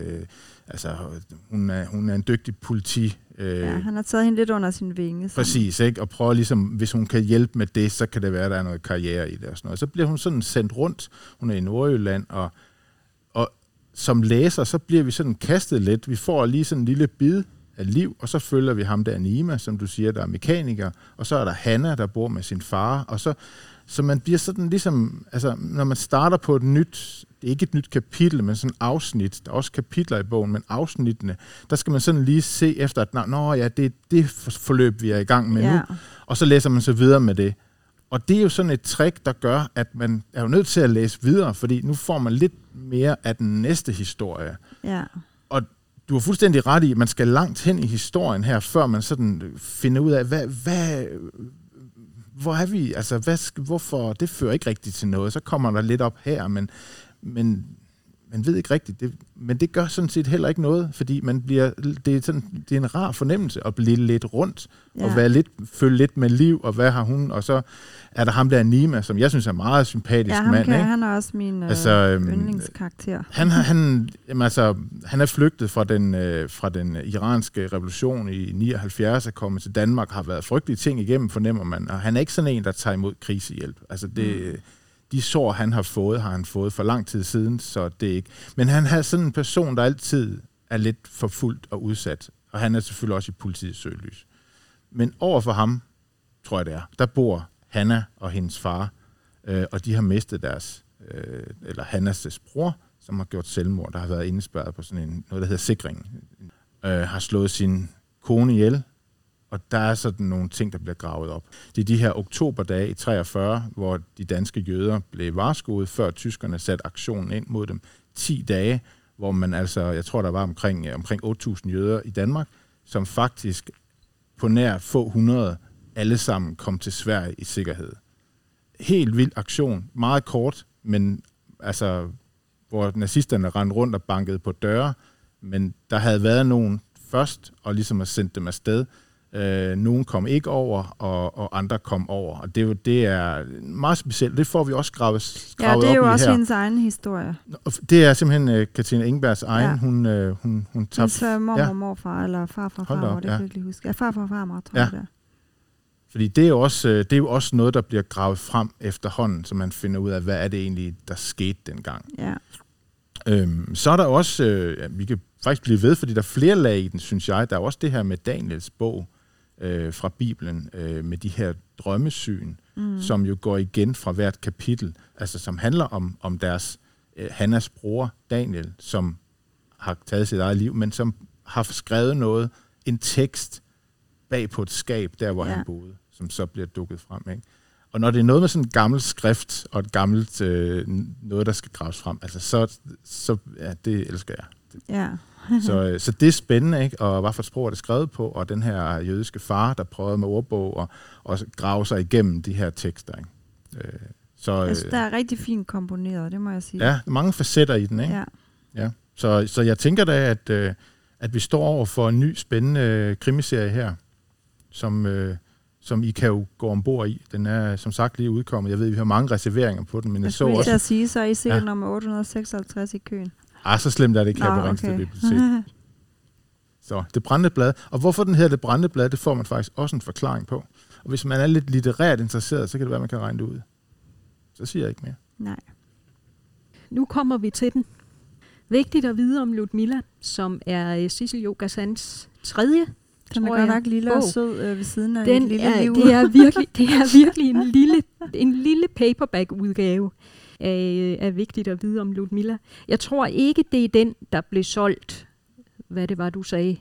hun er en dygtig politi. Han har taget hende lidt under sin vinge. Præcis, ikke? Og prøver ligesom, hvis hun kan hjælpe med det, så kan det være, at der er noget karriere i det og sådan noget. Så bliver hun sådan sendt rundt. Hun er i Nordjylland, og som læser, så bliver vi sådan kastet lidt. Vi får lige sådan en lille bid af Liv, og så følger vi ham der, Nima, som du siger, der er mekaniker, og så er der Hanna, der bor med sin far, og så man bliver sådan ligesom, altså når man starter på et nyt, det er ikke et nyt kapitel, men sådan afsnit, der er også kapitler i bogen, men afsnittene, der skal man sådan lige se efter, at det er det forløb, vi er i gang med nu, og så læser man så videre med det. Og det er jo sådan et trick, der gør, at man er jo nødt til at læse videre, fordi nu får man lidt mere af den næste historie. Ja. Og du har fuldstændig ret i, at man skal langt hen i historien her, før man sådan finder ud af, hvor er vi, altså hvorfor, det fører ikke rigtigt til noget. Så kommer der lidt op her, men man ved ikke rigtigt, men det gør sådan set heller ikke noget, fordi det er en rar fornemmelse at blive lidt rundt, og følge lidt med liv, og hvad har hun, og så er der ham der Nima, som jeg synes er en meget sympatisk mand. Ja, han er også min yndlingskarakter. Han er flygtet fra den iranske revolution i 79, er kommet til Danmark, har været frygtelige ting igennem, fornemmer man, og han er ikke sådan en, der tager imod krisehjælp. Altså de sår, han har fået for lang tid siden, så det ikke. Men han er sådan en person, der altid er lidt forfulgt og udsat, og han er selvfølgelig også i politiets søgelys. Men over for ham, tror jeg det er, der bor Hanna og hendes far, og de har mistet eller Hannas bror, som har gjort selvmord, der har været indespærret på sådan noget, der hedder sikring, har slået sin kone ihjel, og der er sådan nogle ting, der bliver gravet op. Det er de her oktoberdage i 43, hvor de danske jøder blev varskuet, før tyskerne satte aktionen ind mod dem. 10 dage, hvor man jeg tror, der var omkring 8.000 jøder i Danmark, som faktisk på nær få 100 alle sammen kom til Sverige i sikkerhed. Helt vild aktion, meget kort, men hvor nazisterne rendte rundt og bankede på døre, men der havde været nogen først, og ligesom har sendt dem afsted. Nogen kom ikke over, og andre kom over. Og det er meget specielt. Det får vi også gravet op i her. Ja, det er jo også hendes egen historie. Det er simpelthen Katrine Ingebergs egen. Ja. Hun tabte... Hendes mormor, morfar, eller farfar, farmor, det kan jeg ikke huske. Ja, farfar, farmor, tror jeg det. Fordi det er jo også noget, der bliver gravet frem efterhånden, så man finder ud af, hvad er det egentlig, der skete dengang. Ja. Så er der også, vi kan faktisk blive ved, fordi der er flere lag i den, synes jeg. Der er også det her med Daniels bog fra Bibelen, med de her drømmesyn, som jo går igen fra hvert kapitel, altså som handler om deres Hannas bror Daniel, som har taget sit eget liv, men som har skrevet en tekst bag på et skab, der hvor han boede, som så bliver dukket frem, ikke? Og når det er noget med sådan en gammel skrift, og et gammelt noget, der skal graves frem, altså så det elsker jeg. Ja. så det er spændende, ikke? Og hvad for et sprog er det skrevet på, og den her jødiske far, der prøvede med ordbog og grave sig igennem de her tekster, ikke? Der er rigtig fint komponeret, det må jeg sige. Ja, der er mange facetter i den, ikke? Ja. Så jeg tænker da, at vi står over for en ny, spændende krimiserie her, som I kan jo gå ombord i. Den er som sagt lige udkommet. Jeg ved, vi har mange reserveringer på den, men jeg så også... Jeg sige, så er I sikkert nummer 856 i køen. Så slemt er det ikke her på Ringsted Bibliotek. Så Det Brændte Blad. Og hvorfor den hedder Det Brændte Blad, det får man faktisk også en forklaring på. Og hvis man er lidt litterært interesseret, så kan det være, man kan regne det ud. Så siger jeg ikke mere. Nej. Nu kommer vi til den. Vigtigt at vide om Ludmilla, som er Sissel Jo Gazans tredje. Den er godt nok lille og sød ved siden af en lille liv. Det er virkelig en lille paperback-udgave af Vigtigt at vide om Ludmilla. Jeg tror ikke, det er den, der blev solgt, hvad det var, du sagde,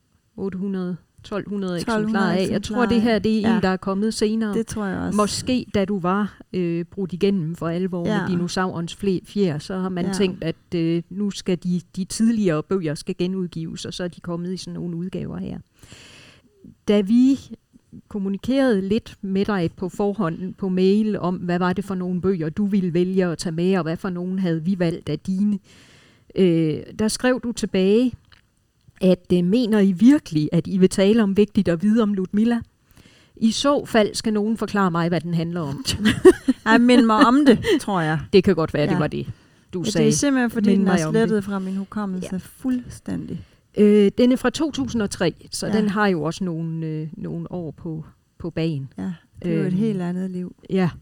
1200 eksemplarer af. Jeg tror, det her det er en, der er kommet senere. Det tror jeg også. Måske, da du var brudt igennem for alvor med dinosaurens fjer, så har man tænkt, at nu skal de tidligere bøger skal genudgives, og så er de kommet i sådan nogle udgaver her. Da vi kommunikerede lidt med dig på forhånd på mail om, hvad var det for nogle bøger, du ville vælge at tage med, og hvad for nogle havde vi valgt af dine, der skrev du tilbage, at mener I virkelig, at I vil tale om Vigtigt at vide om Ludmilla? I så fald skal nogen forklare mig, hvad den handler om. Jeg minder mig om det, tror jeg. Det kan godt være, det var det, du sagde. Det er simpelthen, fordi den er slettet fra min hukommelse fuldstændig. Den er fra 2003, så den har jo også nogle år på bagen. Ja, det er jo et helt andet liv. Ja.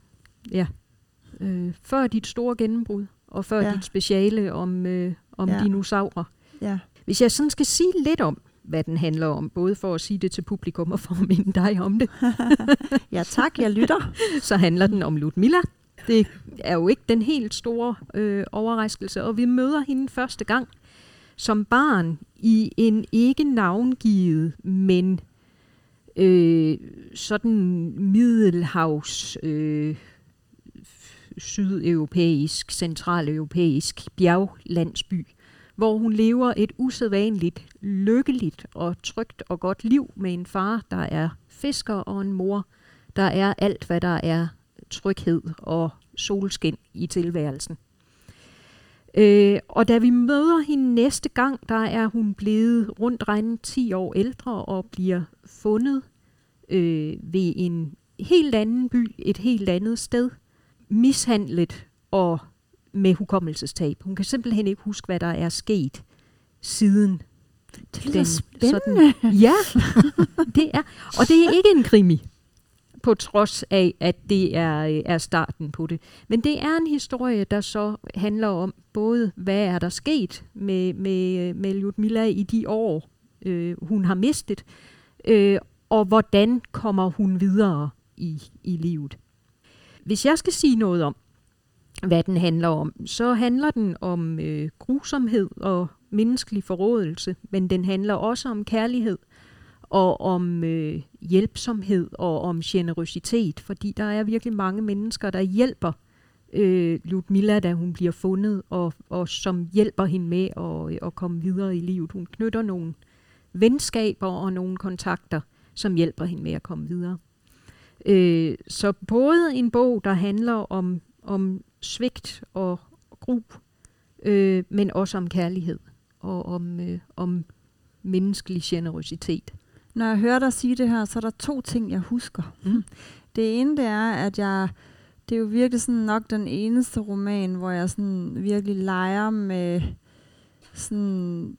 Før dit store gennembrud, og før dit speciale om dinosaurer. Ja. Hvis jeg sådan skal sige lidt om, hvad den handler om, både for at sige det til publikum og for at minde dig om det. Ja tak, jeg lytter. Så handler den om Ludmilla. Det er jo ikke den helt store overraskelse, og vi møder hende første gang som barn i en ikke navngivet, men sådan middelhavs, sydeuropæisk, centraleuropæisk bjerglandsby, hvor hun lever et usædvanligt, lykkeligt og trygt og godt liv med en far, der er fisker, og en mor, der er alt, hvad der er tryghed og solskin i tilværelsen. Og da vi møder hende næste gang, der er hun blevet rundt regnet 10 år ældre og bliver fundet ved en helt anden by, et helt andet sted, mishandlet og med hukommelsestab. Hun kan simpelthen ikke huske, hvad der er sket siden. Det lyder spændende. Ja, det er. Og det er ikke en krimi, på trods af, at det er starten på det. Men det er en historie, der så handler om både, hvad er der sket med Ljudmila i de år, hun har mistet, og hvordan kommer hun videre i livet. Hvis jeg skal sige noget om, hvad den handler om, så handler den om grusomhed og menneskelig forrådelse, men den handler også om kærlighed og om hjælpsomhed og om generøsitet, fordi der er virkelig mange mennesker, der hjælper Ljudmila, da hun bliver fundet, og som hjælper hende med at komme videre i livet. Hun knytter nogle venskaber og nogle kontakter, som hjælper hende med at komme videre. Så både en bog, der handler om svigt og gru, men også om kærlighed og om menneskelig generøsitet. Når jeg hører dig sige det her, så er der 2 ting, jeg husker. Det ene, det er, at det er jo virkelig sådan nok den eneste roman, hvor jeg sådan virkelig leger med sådan...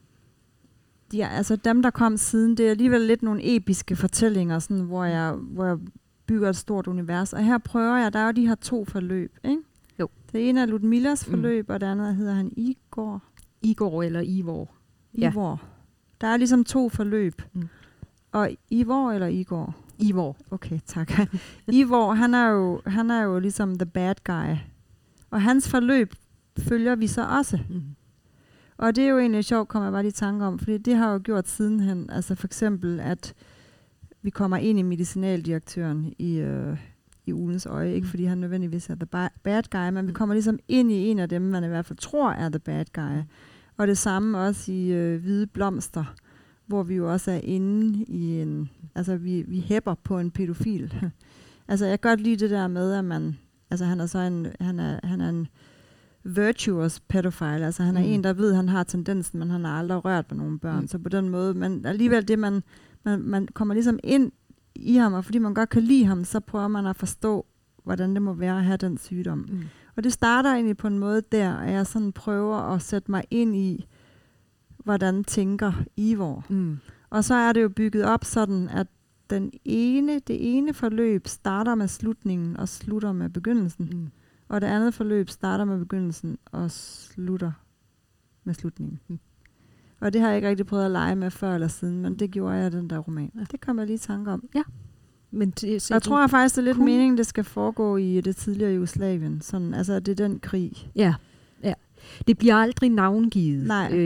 Ja, altså dem, der kom siden, det er alligevel lidt nogle episke fortællinger, sådan, hvor jeg bygger et stort univers. Og her prøver jeg, der er jo de her 2 forløb, ikke? Jo. Det ene er Ljudmilas forløb, og det andet hedder han Igor. Igor eller Ivor. Ivor. Ja. Der er ligesom 2 forløb. Og Ivor eller Igor? Ivor. Okay, tak. Ivor, han er jo ligesom the bad guy. Og hans forløb følger vi så også. Og det er jo egentlig sjovt, kommer jeg bare lige i tanke om, fordi det har jo gjort sidenhen. Altså for eksempel, at vi kommer ind i medicinaldirektøren i Uglens Øje, ikke fordi han nødvendigvis er the bad guy, men vi kommer ligesom ind i en af dem, man i hvert fald tror er the bad guy. Og det samme også i Hvide Blomster, hvor vi jo også er inde i en... Altså, vi hæpper på en pædofil. Altså, jeg kan godt lide det der med, at man... Altså, han er så han er en virtuous pædofil. Altså, han er en, der ved, at han har tendensen, men han har aldrig rørt på nogle børn. Så på den måde... Men alligevel det, man kommer ligesom ind i ham, og fordi man godt kan lide ham, så prøver man at forstå, hvordan det må være at have den sygdom. Og det starter egentlig på en måde der, at jeg sådan prøver at sætte mig ind i, hvordan tænker Ivor. Og så er det jo bygget op sådan, at det ene forløb starter med slutningen og slutter med begyndelsen. Og det andet forløb starter med begyndelsen og slutter med slutningen. Og det har jeg ikke rigtig prøvet at lege med før eller siden, men det gjorde jeg den der roman. Det kom jeg lige i tanke om. Ja. Men jeg tror faktisk, det er lidt meningen, det skal foregå i det tidligere Jugoslavien. Sådan, altså, det er den krig. Ja. Det bliver aldrig navngivet,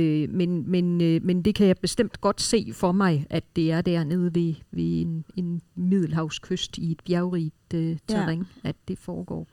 men det kan jeg bestemt godt se for mig, at det er dernede ved en middelhavskyst i et bjergrigt terræn, at det foregår.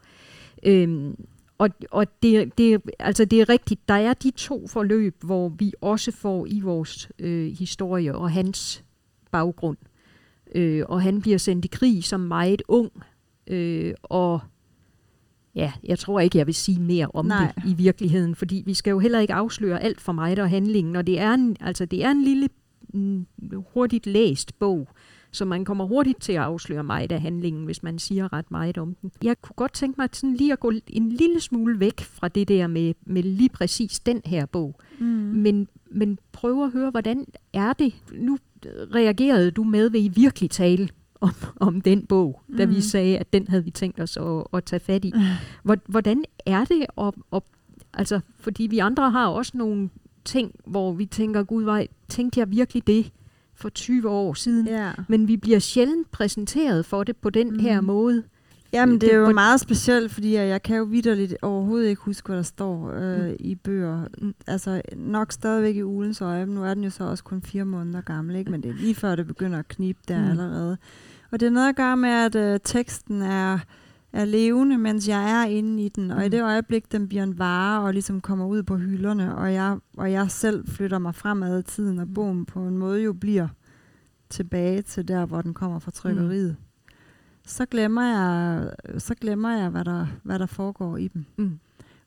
Og det er rigtigt, der er de 2 forløb, hvor vi også får i vores historie og hans baggrund. Og han bliver sendt i krig som meget ung, og ja, jeg tror ikke, jeg vil sige mere om det i virkeligheden, fordi vi skal jo heller ikke afsløre alt for meget af handlingen, og det er en lille, hurtigt læst bog, så man kommer hurtigt til at afsløre meget af handlingen, hvis man siger ret meget om den. Jeg kunne godt tænke mig sådan lige at gå en lille smule væk fra det der med lige præcis den her bog, men prøve at høre, hvordan er det? Nu reagerede du med, vil I virkelig tale om den bog, da vi sagde, at den havde vi tænkt os at tage fat i. Hvordan er det? Altså, fordi vi andre har også nogle ting, hvor vi tænker, gud, tænkte jeg virkelig det for 20 år siden? Yeah. Men vi bliver sjældent præsenteret for det på den her måde. Jamen, det er jo meget specielt, fordi jeg kan jo vitterligt overhovedet ikke huske, hvad der står i bøger. Altså, nok stadigvæk i Uglens Øje. Nu er den jo så også kun 4 måneder gammel, ikke? Men det er lige før, det begynder at knibe der allerede. Og det er noget at gøre med, at teksten er levende, mens jeg er inde i den. Og i det øjeblik, den bliver en vare og ligesom kommer ud på hylderne, og jeg selv flytter mig fremad i tiden, og bogen på en måde jo bliver tilbage til der, hvor den kommer fra trykkeriet. Så glemmer jeg, hvad der foregår i dem.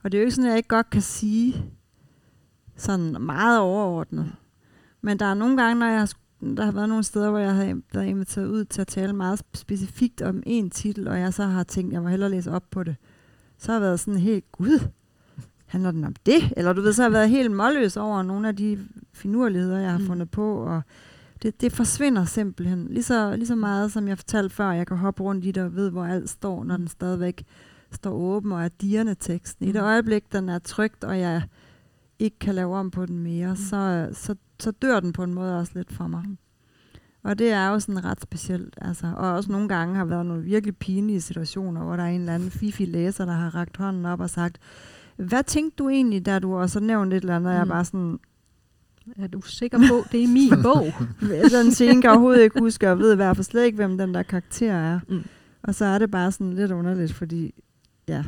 Og det er jo ikke sådan, at jeg ikke godt kan sige sådan meget overordnet. Men der er nogle gange, når der har været nogle steder, hvor jeg har været inviteret ud til at tale meget specifikt om en titel, og jeg så har tænkt, at jeg må hellere læse op på det. Så har jeg været sådan helt, gud, handler den om det? Eller du ved, så har jeg været helt målløs over nogle af de finurligheder, jeg har fundet på, og det forsvinder simpelthen. Lige så meget, som jeg fortalte før, jeg kan hoppe rundt i det og ved, hvor alt står, når den stadigvæk står åben og er dirrende teksten. I det øjeblik, den er trykt, og jeg ikke kan lave om på den mere, så dør den på en måde også lidt for mig. Og det er jo sådan ret specielt. Altså. Og også nogle gange har været nogle virkelig pinlige situationer, hvor der er en eller anden fifi læser, der har rakt hånden op og sagt, hvad tænkte du egentlig, da du også nævnte et eller andet, og jeg bare sådan, er du sikker på, det er min bog? Sådan scene kan jeg overhovedet ikke huske, og ved i hvert fald slet ikke, hvem den der karakter er. Og så er det bare sådan lidt underligt, fordi jeg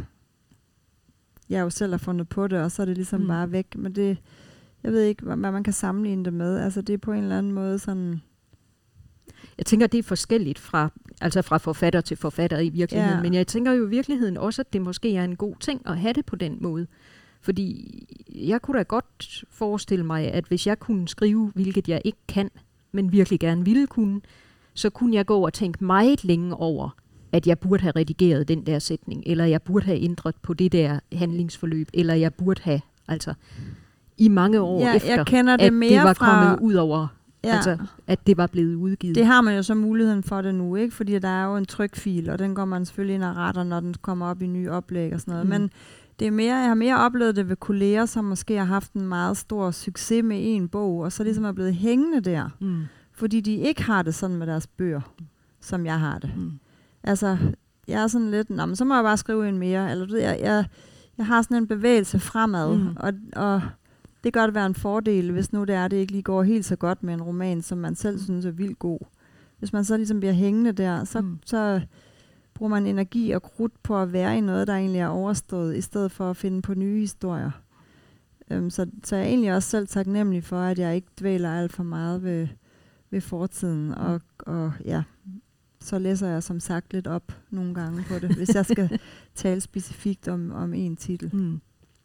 jo selv har fundet på det, og så er det ligesom bare væk. Men det, jeg ved ikke, hvad man kan sammenligne det med. Altså det er på en eller anden måde sådan. Jeg tænker, det er forskelligt fra forfatter til forfatter i virkeligheden. Ja. Men jeg tænker jo i virkeligheden også, at det måske er en god ting at have det på den måde. Fordi jeg kunne da godt forestille mig, at hvis jeg kunne skrive, hvilket jeg ikke kan, men virkelig gerne ville kunne, så kunne jeg gå og tænke meget længe over, at jeg burde have redigeret den der sætning, eller jeg burde have ændret på det der handlingsforløb, eller jeg burde have, altså i mange år efter, jeg kender det at mere det var fra kommet ud over, altså at det var blevet udgivet. Det har man jo så muligheden for det nu, ikke? Fordi der er jo en trykfil, og den går man selvfølgelig ind og retter, når den kommer op i nye oplæg og sådan noget. Men det er mere, jeg har mere oplevet det ved kolleger, som måske har haft en meget stor succes med en bog, og så ligesom er blevet hængende der. Fordi de ikke har det sådan med deres bøger, som jeg har det. Altså, jeg er sådan lidt, men så må jeg bare skrive en mere. Eller du ved, jeg har sådan en bevægelse fremad, og det kan godt være en fordel, hvis nu det ikke lige går helt så godt med en roman, som man selv synes er vildt god. Hvis man så ligesom bliver hængende der, så bruger man energi og krudt på at være i noget, der egentlig er overstået, i stedet for at finde på nye historier. Så jeg er egentlig også selv taknemmelig for, at jeg ikke dvæler alt for meget ved fortiden. Og ja, så læser jeg som sagt lidt op nogle gange på det, hvis jeg skal tale specifikt om en titel.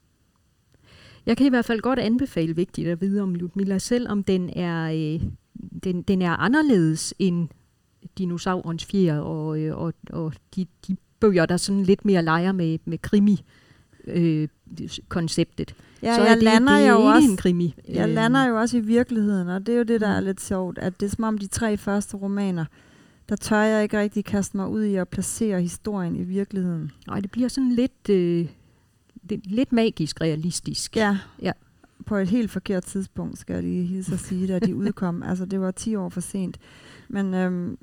Jeg kan i hvert fald godt anbefale vigtigt at vide om Ljudmila, selvom den er anderledes end Dinosaurens fjer og de bøger, der sådan lidt mere leger med krimi-konceptet. Ja, så jeg lander jo jo også i virkeligheden, og det er jo det, der er lidt sjovt, at det er som om de 3 første romaner, der tør jeg ikke rigtig kaste mig ud i at placere historien i virkeligheden. Nej, det bliver sådan lidt magisk realistisk. Ja. På et helt forkert tidspunkt, skal jeg lige hilse at sige, da de udkom. Altså, det var 10 år for sent. Men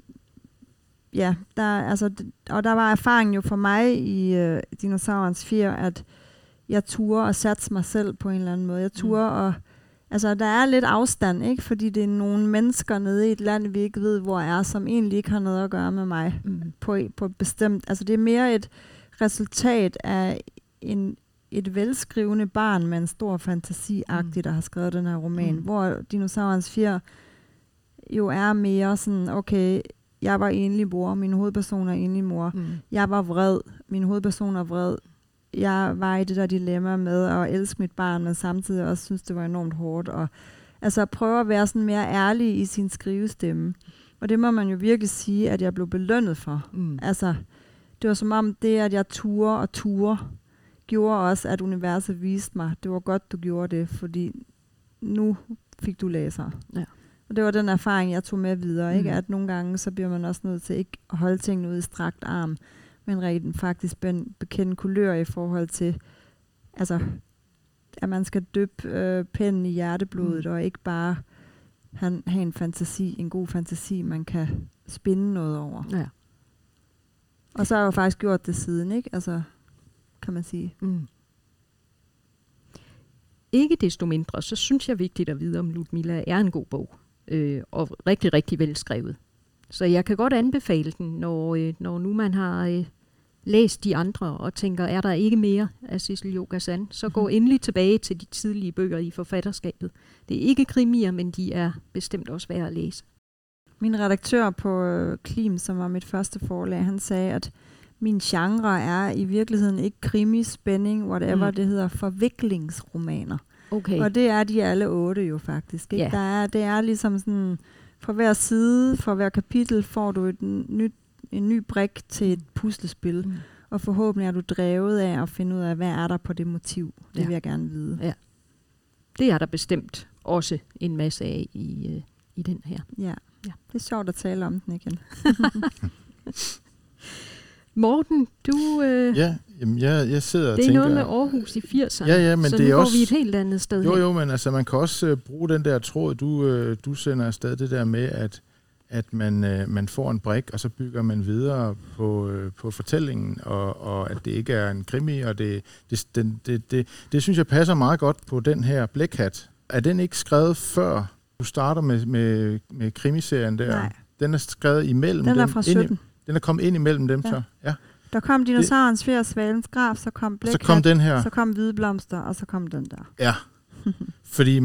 der var erfaringen jo for mig i Dinosaurens fjer, at jeg turde at satse mig selv på en eller anden måde. Jeg turde og altså, der er lidt afstand, ikke? Fordi det er nogle mennesker nede i et land, vi ikke ved, hvor er, som egentlig ikke har noget at gøre med mig. På bestemt. Altså, det er mere et resultat af et velskrivende barn med en stor fantasi-agtig, der har skrevet den her roman, hvor Dinosaurens fjer jo er mere sådan, okay, jeg var enlig mor, min hovedperson er enlig mor, jeg var vred, min hovedperson er vred, jeg var i det der dilemma med at elske mit barn, men samtidig også synes, det var enormt hårdt, og altså prøve at være sådan mere ærlig i sin skrivestemme. Og det må man jo virkelig sige, at jeg blev belønnet for. Altså, det var som om det, at jeg turde, gjorde også, at universet viste mig, det var godt, du gjorde det, fordi nu fik du læsere. Ja. Og det var den erfaring, jeg tog med videre, ikke? At nogle gange, så bliver man også nødt til ikke at holde tingene ud i strakt arm, men rent faktisk bekende kulør i forhold til, altså, at man skal dyppe pennen i hjerteblodet, og ikke bare have en fantasi, en god fantasi, man kan spinde noget over. Ja. Og så har jeg jo faktisk gjort det siden, ikke? Altså, kan man sige. Ikke desto mindre, så synes jeg vigtigt at vide, om Ljudmila er en god bog, og rigtig, rigtig velskrevet. Så jeg kan godt anbefale den, når nu man har læst de andre, og tænker, er der ikke mere af Sissel-Jo Gazan, så gå endelig tilbage til de tidlige bøger i forfatterskabet. Det er ikke krimier, men de er bestemt også værd at læse. Min redaktør på Klim, som var mit første forlag, han sagde, at min genre er i virkeligheden ikke krimi, spænding, whatever, det hedder forviklingsromaner. Okay. Og det er de alle 8 jo faktisk. Ikke? Ja. Det er ligesom sådan, for hver side, for hver kapitel, får du en ny brik til et puslespil. Og forhåbentlig er du drevet af at finde ud af, hvad er der på det motiv. Det vil jeg gerne vide. Ja. Det er der bestemt også en masse af i den her. Ja, det er sjovt at tale om den igen. Morten, du... jeg sidder og tænker... Det er noget med Aarhus i 80'erne, ja, men så det nu er går også, vi et helt andet sted hen. Jo, men altså, man kan også bruge den der tråd, du sender afsted, det der med, at man får en brik, og så bygger man videre på fortællingen, og at det ikke er en krimi, og det synes jeg passer meget godt på den her Blækhat. Er den ikke skrevet før du starter med krimiserien der? Nej. Den er skrevet imellem dem. Den er fra 17. Den er kommet ind imellem dem, så? Ja. Der kom Dinosaurens Fjer, Svalens Grav, så kom Blækhat, så kom den her. Så kom Hvide Blomster, og så kom den der. Ja. Fordi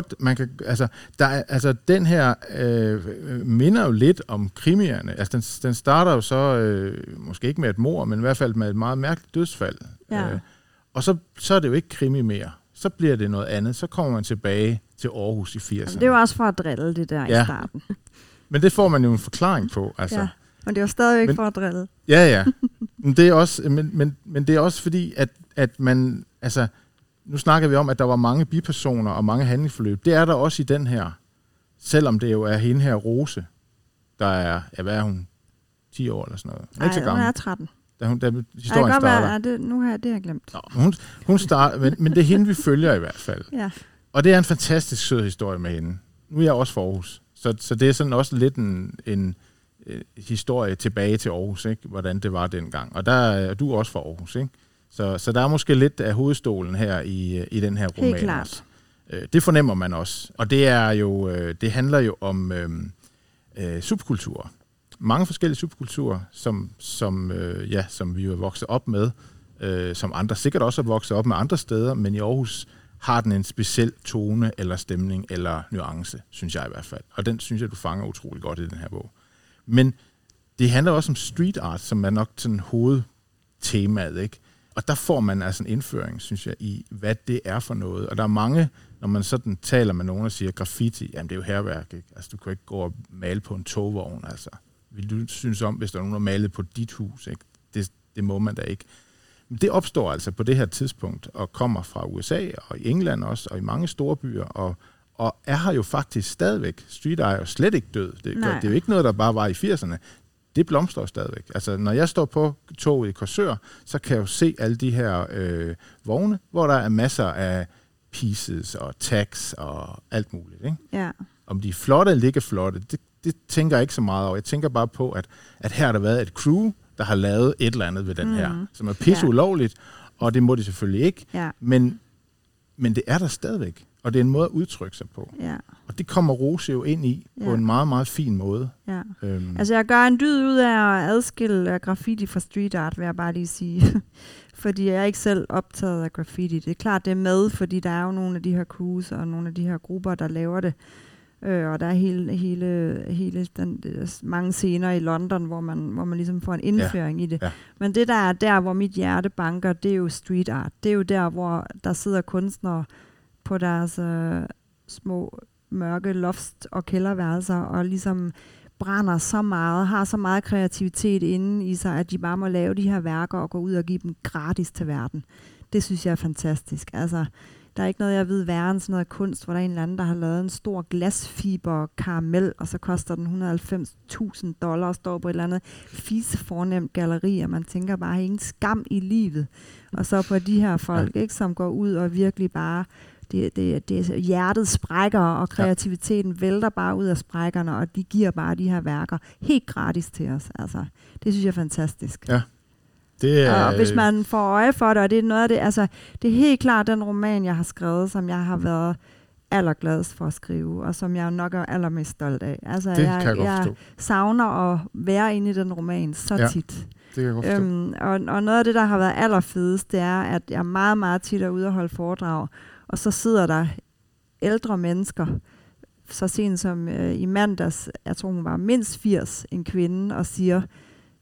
den her minder jo lidt om krimierne. Altså den starter jo så, måske ikke med et mord, men i hvert fald med et meget mærkeligt dødsfald. Ja. Og så er det jo ikke krimi mere. Så bliver det noget andet. Så kommer man tilbage til Aarhus i 80'erne. Det er jo også for at drille det der i starten. Men det får man jo en forklaring på. Altså. Ja, men det er jo stadigvæk for at drille. Ja. Men det er også, men det er også fordi, at man... Altså, nu snakker vi om, at der var mange bipersoner og mange handlingsforløb. Det er der også i den her. Selvom det jo er hende her, Rose, der er... Ja, hvad er hun? 10 år eller sådan noget. Nej, hun er 13. Da historien starter. Nu har jeg glemt. Nå, hun starter, men det er hende, vi følger i hvert fald. Ja. Og det er en fantastisk sød historie med hende. Nu er jeg også fra Aarhus. Så det er sådan også lidt en historie tilbage til Aarhus, ikke? Hvordan det var dengang. Og du er også fra Aarhus, ikke? Så der er måske lidt af hovedstolen her i den her roman. Helt klart. Det fornemmer man også. Og det er jo det handler jo om subkulturer. Mange forskellige subkulturer, som vi jo er vokset op med, som andre sikkert også er vokset op med andre steder, men i Aarhus har den en speciel tone eller stemning eller nuance, synes jeg i hvert fald. Og den synes jeg, du fanger utrolig godt i den her bog. Men det handler også om street art, som er nok sådan hovedtemaet, ikke? Og der får man altså en indføring, synes jeg, i hvad det er for noget. Og der er mange, når man sådan taler med nogen og siger graffiti, jamen det er jo hærværk, ikke? Altså du kan ikke gå og male på en togvogn, altså. Vil du synes om, hvis der er nogen, der malet på dit hus, ikke? Det må man da ikke. Men det opstår altså på det her tidspunkt, og kommer fra USA og i England også, og i mange store byer, og er her jo faktisk stadigvæk. Street art er jo slet ikke død. Det er jo ikke noget, der bare var i 80'erne. Det blomstrer stadigvæk. Altså, når jeg står på toget i Korsør, så kan jeg jo se alle de her vogne, hvor der er masser af pieces og tags og alt muligt. Ikke? Ja. Om de er flotte eller ikke flotte, det tænker jeg ikke så meget over. Jeg tænker bare på, at her har der været et crew, der har lavet et eller andet ved den her, som er pisse ulovligt, og det må de selvfølgelig ikke. Ja. Men det er der stadigvæk. Og det er en måde at udtrykke sig på. Ja. Og det kommer Rose jo ind i på en meget, meget fin måde. Ja. Altså jeg gør en dyd ud af at adskille graffiti fra street art, vil jeg bare lige sige. Fordi jeg er ikke selv optaget af graffiti. Det er klart, det er med, fordi der er jo nogle af de her crews og nogle af de her grupper, der laver det. Og der er hele mange scener i London, hvor man ligesom får en indføring i det. Ja. Men det der, hvor mit hjerte banker, det er jo street art. Det er jo der, hvor der sidder kunstnere på deres små mørke loft- og kælderværelser, og ligesom brænder så meget, har så meget kreativitet inde i sig, at de bare må lave de her værker og gå ud og give dem gratis til verden. Det synes jeg er fantastisk. Altså, der er ikke noget, jeg ved værre end sådan noget kunst, hvor der er en eller anden, der har lavet en stor glasfiber karamel, og så koster den $190,000 og står på et eller andet fisefornemt galleri, og man tænker bare, ingen skam i livet. Og så på de her folk, ikke, som går ud og virkelig bare det hjertet sprækker, og kreativiteten vælter bare ud af sprækkerne, og de giver bare de her værker helt gratis til os. Altså, det synes jeg er fantastisk. Ja. Det er, og hvis man får øje for det, og det er noget af det, altså, det er helt klart den roman, jeg har skrevet, som jeg har været allergladest for at skrive, og som jeg nok er allermest stolt af. Altså, jeg savner at være inde i den roman så tit. Det kan jeg godt forstå. Og noget af det, der har været allerfedest, det er, at jeg meget, meget tit er ude og holde foredrag, og så sidder der ældre mennesker, så sent som i mandags, jeg tror hun var mindst 80, en kvinde, og siger,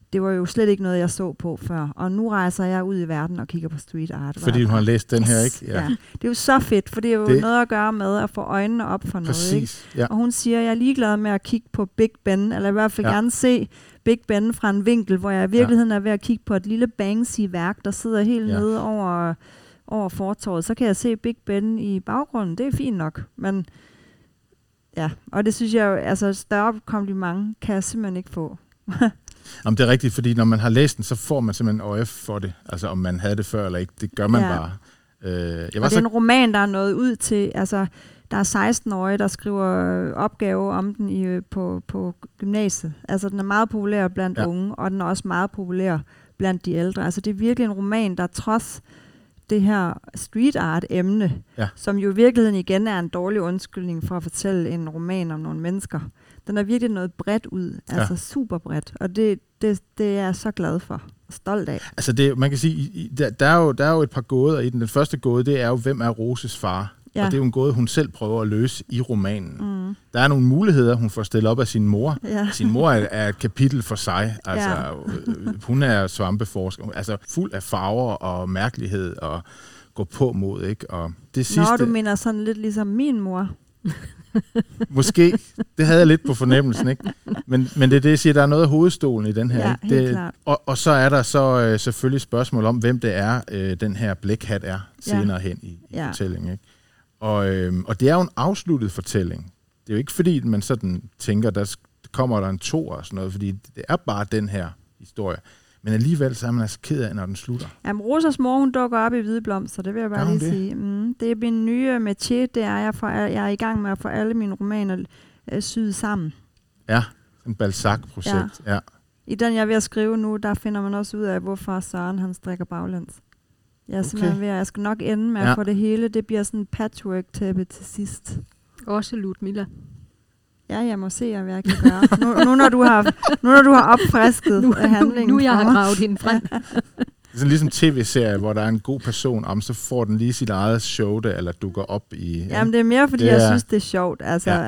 det var jo slet ikke noget, jeg så på før. Og nu rejser jeg ud i verden og kigger på street art. Fordi du har læst den her, ikke? Ja. Det er jo så fedt, for det er jo noget at gøre med at få øjnene op for noget. Ikke? Ja. Og hun siger, at jeg er ligeglad med at kigge på Big Ben, eller i hvert fald gerne se Big Ben fra en vinkel, hvor jeg i virkeligheden er ved at kigge på et lille Banksy-værk, der sidder helt nede over fortorvet. Så kan jeg se Big Ben i baggrunden. Det er fint nok, men ja, og det synes jeg jo, altså større kompliment kan jeg simpelthen ikke få. Jamen, det er rigtigt, fordi når man har læst den, så får man simpelthen OF for det. Altså om man havde det før eller ikke, det gør man bare. Og det er en roman, der er nået ud til, altså der er 16-årige, der skriver opgave om den på gymnasiet. Altså den er meget populær blandt unge, og den er også meget populær blandt de ældre. Altså det er virkelig en roman, der trods det her street art emne, som jo i virkeligheden igen er en dårlig undskyldning for at fortælle en roman om nogle mennesker. Den er virkelig noget bredt ud, altså super bredt, og det er jeg så glad for og stolt af. Altså man kan sige, der er jo et par gåder i den. Den første gåde, det er jo, hvem er Roses far? Ja. Og det er jo en gåde, hun selv prøver at løse i romanen. Mm. Der er nogle muligheder, hun får stillet op af sin mor. Ja. Sin mor er et kapitel for sig. Altså, hun er svampeforsker. Altså fuld af farver og mærkelighed og gå på mod, ikke? Og det sidste... du mener sådan lidt ligesom min mor. Måske. Det havde jeg lidt på fornemmelsen, ikke? Men det er det, jeg siger, der er noget af hovedstolen i den her. Ja, ikke? Helt klart. Og så er der så selvfølgelig spørgsmål om, hvem det er, den her blækhat er senere hen i fortællingen, ikke? Og det er jo en afsluttet fortælling. Det er jo ikke fordi, man sådan tænker, der kommer der en toer og sådan noget, fordi det er bare den her historie. Men alligevel så er man altså ked af, når den slutter. Jamen, Rosas mor, hun dukker op i Hvide Blomster, det vil jeg bare lige sige. Det er min nye métier, det er jeg er i gang med at få alle mine romaner syet sammen. Ja, en Balzac-projekt. Ja. I den, jeg er ved at skrive nu, der finder man også ud af, hvorfor Søren han strikker baglæns. Jeg er simpelthen ved, jeg skal nok ende med at få det hele. Det bliver sådan en patchwork-tæppe til sidst. Også Ludmilla. Ja, jeg må se, hvad jeg kan gøre. Nu når du har opfrisket handlingen. Nu jeg har gravet hende frem. Det er sådan ligesom tv-serie, hvor der er en god person, så får den lige sit eget show, eller dukker op i... Jamen, det er mere, fordi jeg synes, det er sjovt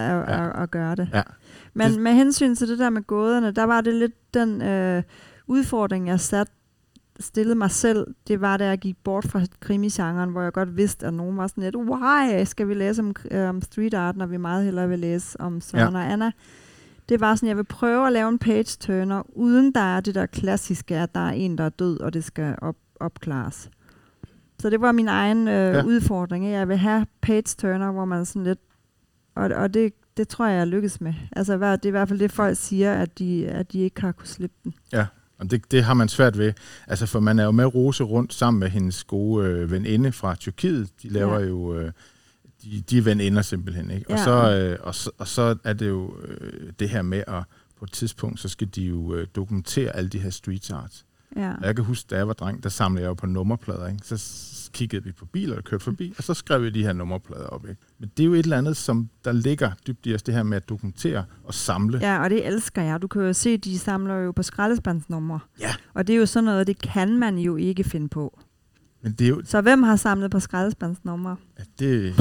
at gøre det. Ja. Men med hensyn til det der med gåderne, der var det lidt den udfordring, jeg stillede mig selv. Det var, da jeg gik bort fra krimigenren, hvor jeg godt vidste, at nogen var sådan lidt, why skal vi læse om street art, når vi meget hellere vil læse om Søren og Anna. Det var sådan, jeg vil prøve at lave en page-turner, uden der er det der klassiske, at der er en, der er død, og det skal opklares. Så det var min egen udfordring. Jeg vil have page-turner, hvor man sådan lidt... Og det tror jeg lykkes med. Altså, det er i hvert fald det, folk siger, at de ikke har kunnet slippe den. Ja, og det har man svært ved. Altså, for man er jo med Rose rundt sammen med hendes gode veninde fra Tyrkiet. De laver jo... De er veninder simpelthen, ikke? Ja. Og så er det jo det her med, at på et tidspunkt, så skal de jo dokumentere alle de her street arts. Ja. Og jeg kan huske, da jeg var dreng, der samlede jeg jo på nummerplader, ikke? Så kiggede vi på biler, der kørte forbi, og så skrev vi de her nummerplader op, ikke? Men det er jo et eller andet, som der ligger dybt i os, det her med at dokumentere og samle. Ja, og det elsker jeg. Du kan jo se, de samler jo på skraldespandsnumre. Ja. Og det er jo sådan noget, det kan man jo ikke finde på. Men det er jo... Så hvem har samlet på skraldespandsnumre? Ja, det...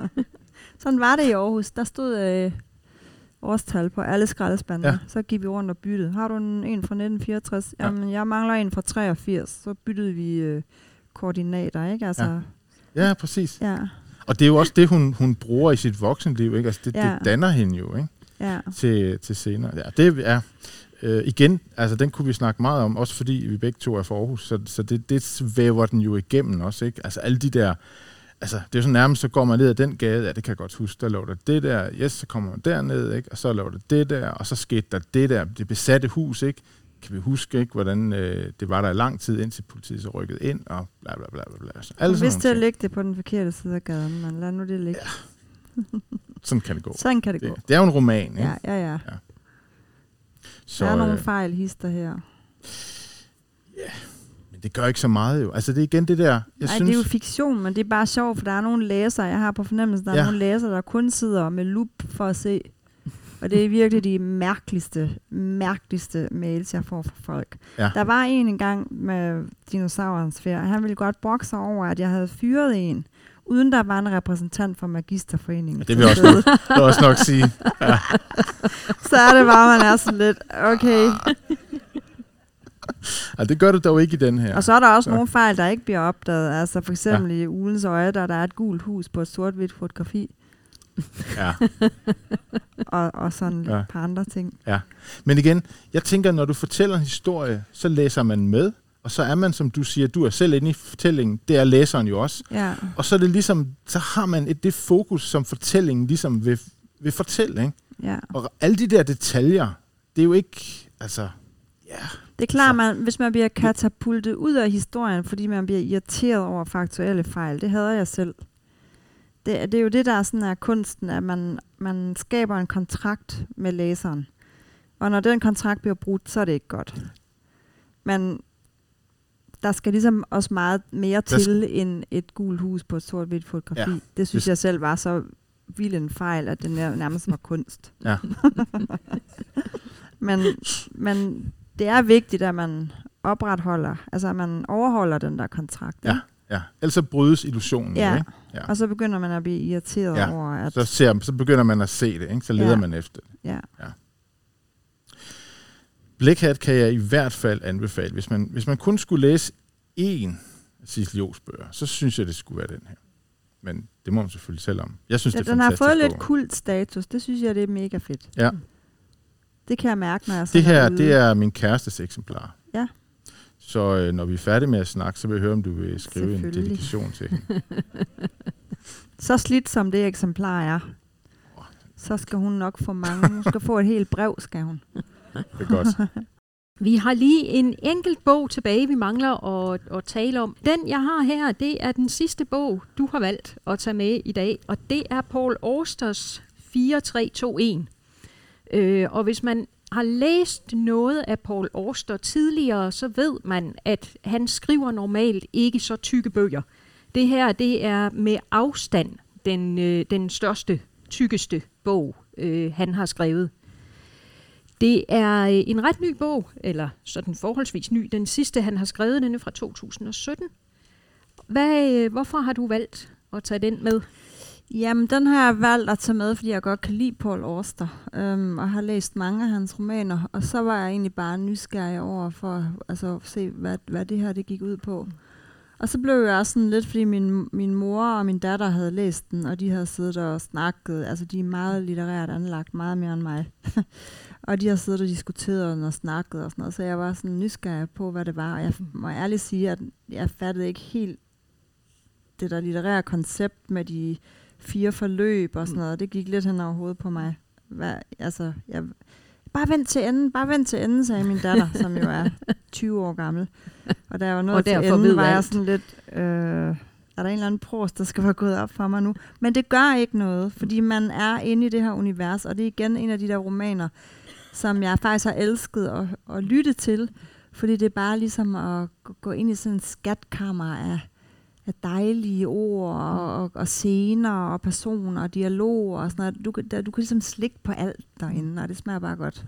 Sådan var det i Aarhus. Der stod årstal på alle skraldespandene. Ja. Så gik vi rundt og byttede. Har du en fra 1964? Ja. Jamen, jeg mangler en fra 83. Så byttede vi koordinater, ikke? Altså, ja, præcis. Ja. Og det er jo også det, hun bruger i sit voksenliv, ikke? Altså, det danner hende jo, ikke? Ja. Til senere. Ja, det er... igen, altså den kunne vi snakke meget om, også fordi vi begge to er fra Aarhus, så det svæver den jo igennem også, ikke? Altså alle de der, altså det er jo sådan nærmest, så går man ned ad den gade, ja det kan jeg godt huske, der lå der det der, yes, så kommer man derned, ikke? Og så lå der det der, og så skete der det der, det besatte hus, ikke? Kan vi huske, ikke, hvordan det var der i lang tid, indtil politiet så rykkede ind, og bla bla bla bla. Du vidste at lægge det på den forkerte side af gaden, men lad nu det ligge. Ja. Sådan kan det gå. Sådan kan det gå. Det er jo en roman, ikke? Ja. Så, der er nogle fejl hister her. Ja, men det gør ikke så meget jo. Altså det er igen det der, det er jo fiktion, men det er bare sjovt, for der er nogle læsere, jeg har på fornemmelsen, der er nogle læsere, der kun sidder med lup for at se. Og det er virkelig de mærkeligste mails, jeg får fra folk. Ja. Der var en gang med dinosaurens ferie. Han ville godt brokke sig over, at jeg havde fyret en, uden der var en repræsentant for Magisterforeningen. Ja, det vil jeg også nok sige. Ja. Så er det bare, man er sådan lidt, okay. Altså, det gør du dog ikke i den her. Og så er der også nogle fejl, der ikke bliver opdaget. Altså for eksempel i Uglens Øje, der er et gult hus på et sort-hvidt fotografi. Ja. og sådan et par andre ting. Ja. Men igen, jeg tænker, når du fortæller en historie, så læser man med, og så er man, som du siger, du er selv inde i fortællingen, det er læseren jo også. Ja. Og så er det ligesom, så har man det fokus, som fortællingen ligesom vil fortælle, ikke? Ja. Og alle de der detaljer, det er jo ikke, altså, ja. Det er klart, hvis man bliver katapultet ud af historien, fordi man bliver irriteret over faktuelle fejl, det hader jeg selv. Det er jo det, der sådan er kunsten, at man skaber en kontrakt med læseren. Og når den kontrakt bliver brudt, så er det ikke godt. Men der skal ligesom også meget mere til end et gult hus på et sort-hvidt fotografi. Ja, det synes jeg selv var så vild en fejl, at det nærmest var kunst. Ja. men det er vigtigt, at man opretholder, altså at man overholder den der kontrakt. Ja, ja. Ellers så brydes illusionen. Ja. Ikke? Ja, og så begynder man at blive irriteret over, at... Så begynder man at se det, ikke? Så leder man efter det. Ja. Ja. Blækhat kan jeg i hvert fald anbefale. Hvis man kun skulle læse én af Sissel Jo's bøger, så synes jeg, det skulle være den her. Men det må man selvfølgelig selv om. Jeg synes, det er den har fået lidt bog. kult status. Det synes jeg, det er mega fedt. Ja. Det kan jeg mærke, når jeg det her, det er min kærestes eksemplar. Ja. Så når vi er færdige med at snakke, så vil jeg høre, om du vil skrive en dedikation til hende. Så slidt som det eksemplar er, så skal hun nok få mange. Hun skal få et helt brev, skal hun. Det er godt. Vi har lige en enkelt bog tilbage, vi mangler at tale om. Den, jeg har her, det er den sidste bog, du har valgt at tage med i dag, og det er Paul Austers 4321. Og hvis man har læst noget af Paul Auster tidligere, så ved man, at han skriver normalt ikke så tykke bøger. Det her, det er med afstand den største, tykkeste bog, han har skrevet. Det er en ret ny bog, eller sådan forholdsvis ny. Den sidste, han har skrevet, den er fra 2017. Hvorfor har du valgt at tage den med? Jamen, den har jeg valgt at tage med, fordi jeg godt kan lide Paul Auster, og har læst mange af hans romaner. Og så var jeg egentlig bare nysgerrig over for at se, hvad det her det gik ud på. Og så blev jeg også sådan lidt, fordi min mor og min datter havde læst den, og de havde siddet og snakket. Altså, de er meget litterært anlagt, meget mere end mig. Og de har siddet og diskuteret den og snakket og sådan noget. Så jeg var sådan nysgerrig på, hvad det var. Og jeg må ærligt sige, at jeg fattede ikke helt det der litterære koncept med de 4 forløb og sådan noget. Det gik lidt hen over hovedet på mig. Bare vent til enden, sagde min datter, som jo er 20 år gammel. Og da jeg var nået til enden, var jeg sådan lidt, er der en eller anden pros, der skal være gået op for mig nu? Men det gør ikke noget, fordi man er inde i det her univers, og det er igen en af de der romaner, som jeg faktisk har elsket at lytte til, fordi det er bare ligesom at gå ind i sådan en skatkammer af dejlige ord og scener og personer og dialoger og sådan noget. Du kan ligesom slikke på alt derinde, og det smager bare godt.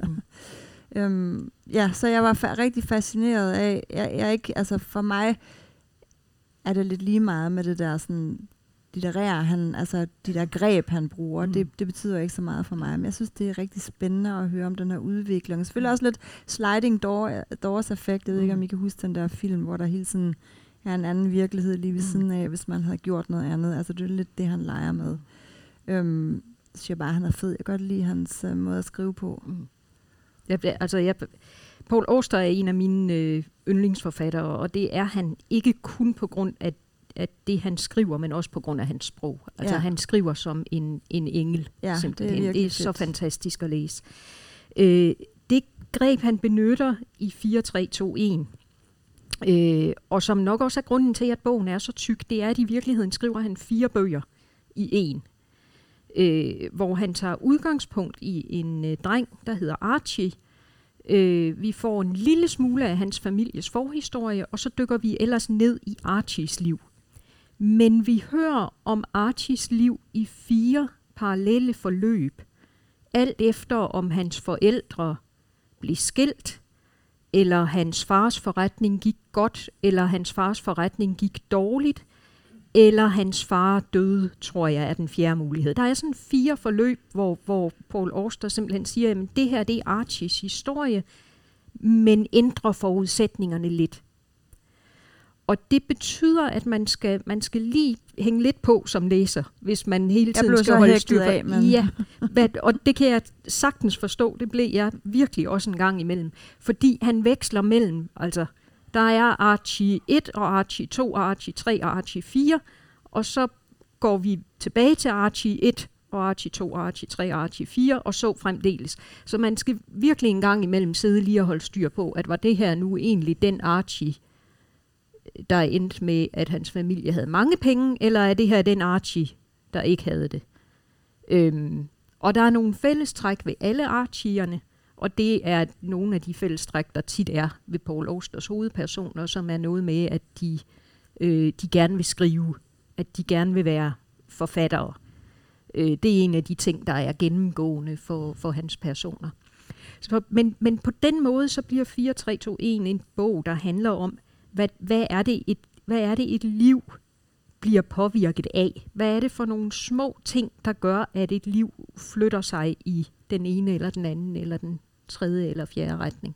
Så jeg var rigtig fascineret af, jeg ikke, altså for mig er det lidt lige meget med det der sådan litterære, altså de der greb, han bruger. Det betyder ikke så meget for mig, men jeg synes, det er rigtig spændende at høre om den her udvikling. Selvfølgelig også lidt sliding doors effekt. Jeg ved ikke, om I kan huske den der film, hvor der hele tiden er en anden virkelighed lige ved siden af, hvis man havde gjort noget andet. Altså det er lidt det, han leger med. Så synes jeg bare, han er fed. Jeg kan godt lide hans måde at skrive på. Paul Auster er en af mine yndlingsforfattere, og det er han ikke kun på grund af det, han skriver, men også på grund af hans sprog. Altså han skriver som en engel, simpelthen. Det er så fantastisk at læse. Det greb, han benytter i 4321, og som nok også er grunden til, at bogen er så tyk, det er, at i virkeligheden skriver han 4 bøger i en. Hvor han tager udgangspunkt i en dreng, der hedder Archie. Vi får en lille smule af hans families forhistorie, og så dykker vi ellers ned i Archies liv. Men vi hører om Archies liv i 4 parallelle forløb, alt efter om hans forældre blev skilt, eller hans fars forretning gik godt, eller hans fars forretning gik dårligt, eller hans far døde, tror jeg, er den 4. mulighed. Der er sådan 4 forløb, hvor Paul Auster simpelthen siger, at det her det er Archies historie, men ændrer forudsætningerne lidt. Og det betyder, at man skal lige hænge lidt på som læser, hvis man hele tiden skal holde styr på. Af, men... Ja, og det kan jeg sagtens forstå. Det blev jeg virkelig også en gang imellem. Fordi han veksler mellem, altså der er Archie 1 og Archie 2 og Archie 3 og Archie 4, og så går vi tilbage til Archie 1 og Archie 2 og Archie 3 og Archie 4, og så fremdeles. Så man skal virkelig en gang imellem sidde lige og holde styr på, at var det her nu egentlig den Archie, der er endt med, at hans familie havde mange penge, eller er det her den Archie, der ikke havde det? Og der er nogle fællestræk ved alle Archierne, og det er nogle af de fællestræk, der tit er ved Paul Austers hovedpersoner, som er noget med, at de gerne vil skrive, at de gerne vil være forfattere. Det er en af de ting, der er gennemgående for hans personer. Men på den måde, så bliver 4321 en bog, der handler om, hvad er det et liv bliver påvirket af? Hvad er det for nogle små ting, der gør, at et liv flytter sig i den ene eller den anden, eller den tredje eller fjerde retning?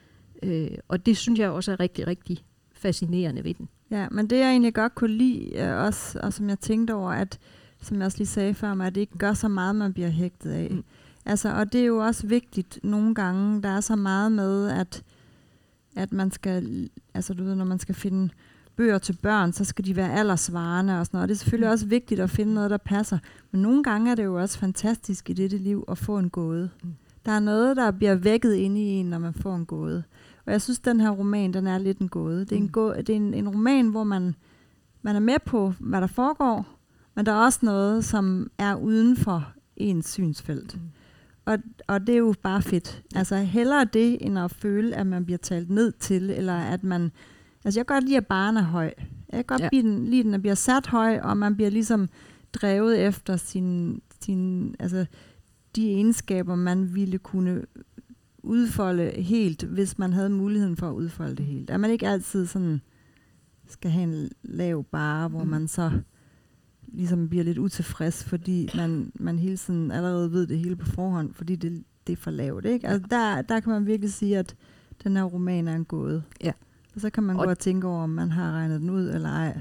Og det synes jeg også er rigtig, rigtig fascinerende ved den. Ja, men det jeg egentlig godt kunne lide også, og som jeg tænkte over, at som jeg også lige sagde før mig, at det ikke gør så meget, man bliver hægtet af. Mm. Altså, og det er jo også vigtigt nogle gange, der er så meget med, at man skal, altså du ved, når man skal finde bøger til børn, så skal de være aldersvarende og sådan noget. Og det er selvfølgelig også vigtigt at finde noget, der passer. Men nogle gange er det jo også fantastisk i dette liv at få en gåde. Mm. Der er noget, der bliver vækket inde i en, når man får en gåde. Og jeg synes, den her roman, den er lidt en gåde. Det er en roman, hvor man er med på, hvad der foregår, men der er også noget, som er uden for ens synsfelt. Mm. Og det er jo bare fedt. Altså hellere det, end at føle, at man bliver talt ned til, eller at man... Altså jeg kan godt lide, at barn er høj. Jeg kan godt lide, den, at bliver sat høj, og man bliver ligesom drevet efter altså de egenskaber, man ville kunne udfolde helt, hvis man havde muligheden for at udfolde det helt. At man ikke altid sådan skal have en lav barre, hvor man så ligesom bliver lidt utilfreds, fordi man hele tiden allerede ved det hele på forhånd, fordi det er for lavt, ikke? Altså der kan man virkelig sige, at den her roman er en gåde. Ja. Og så kan man gå og tænke over, om man har regnet den ud, eller ej.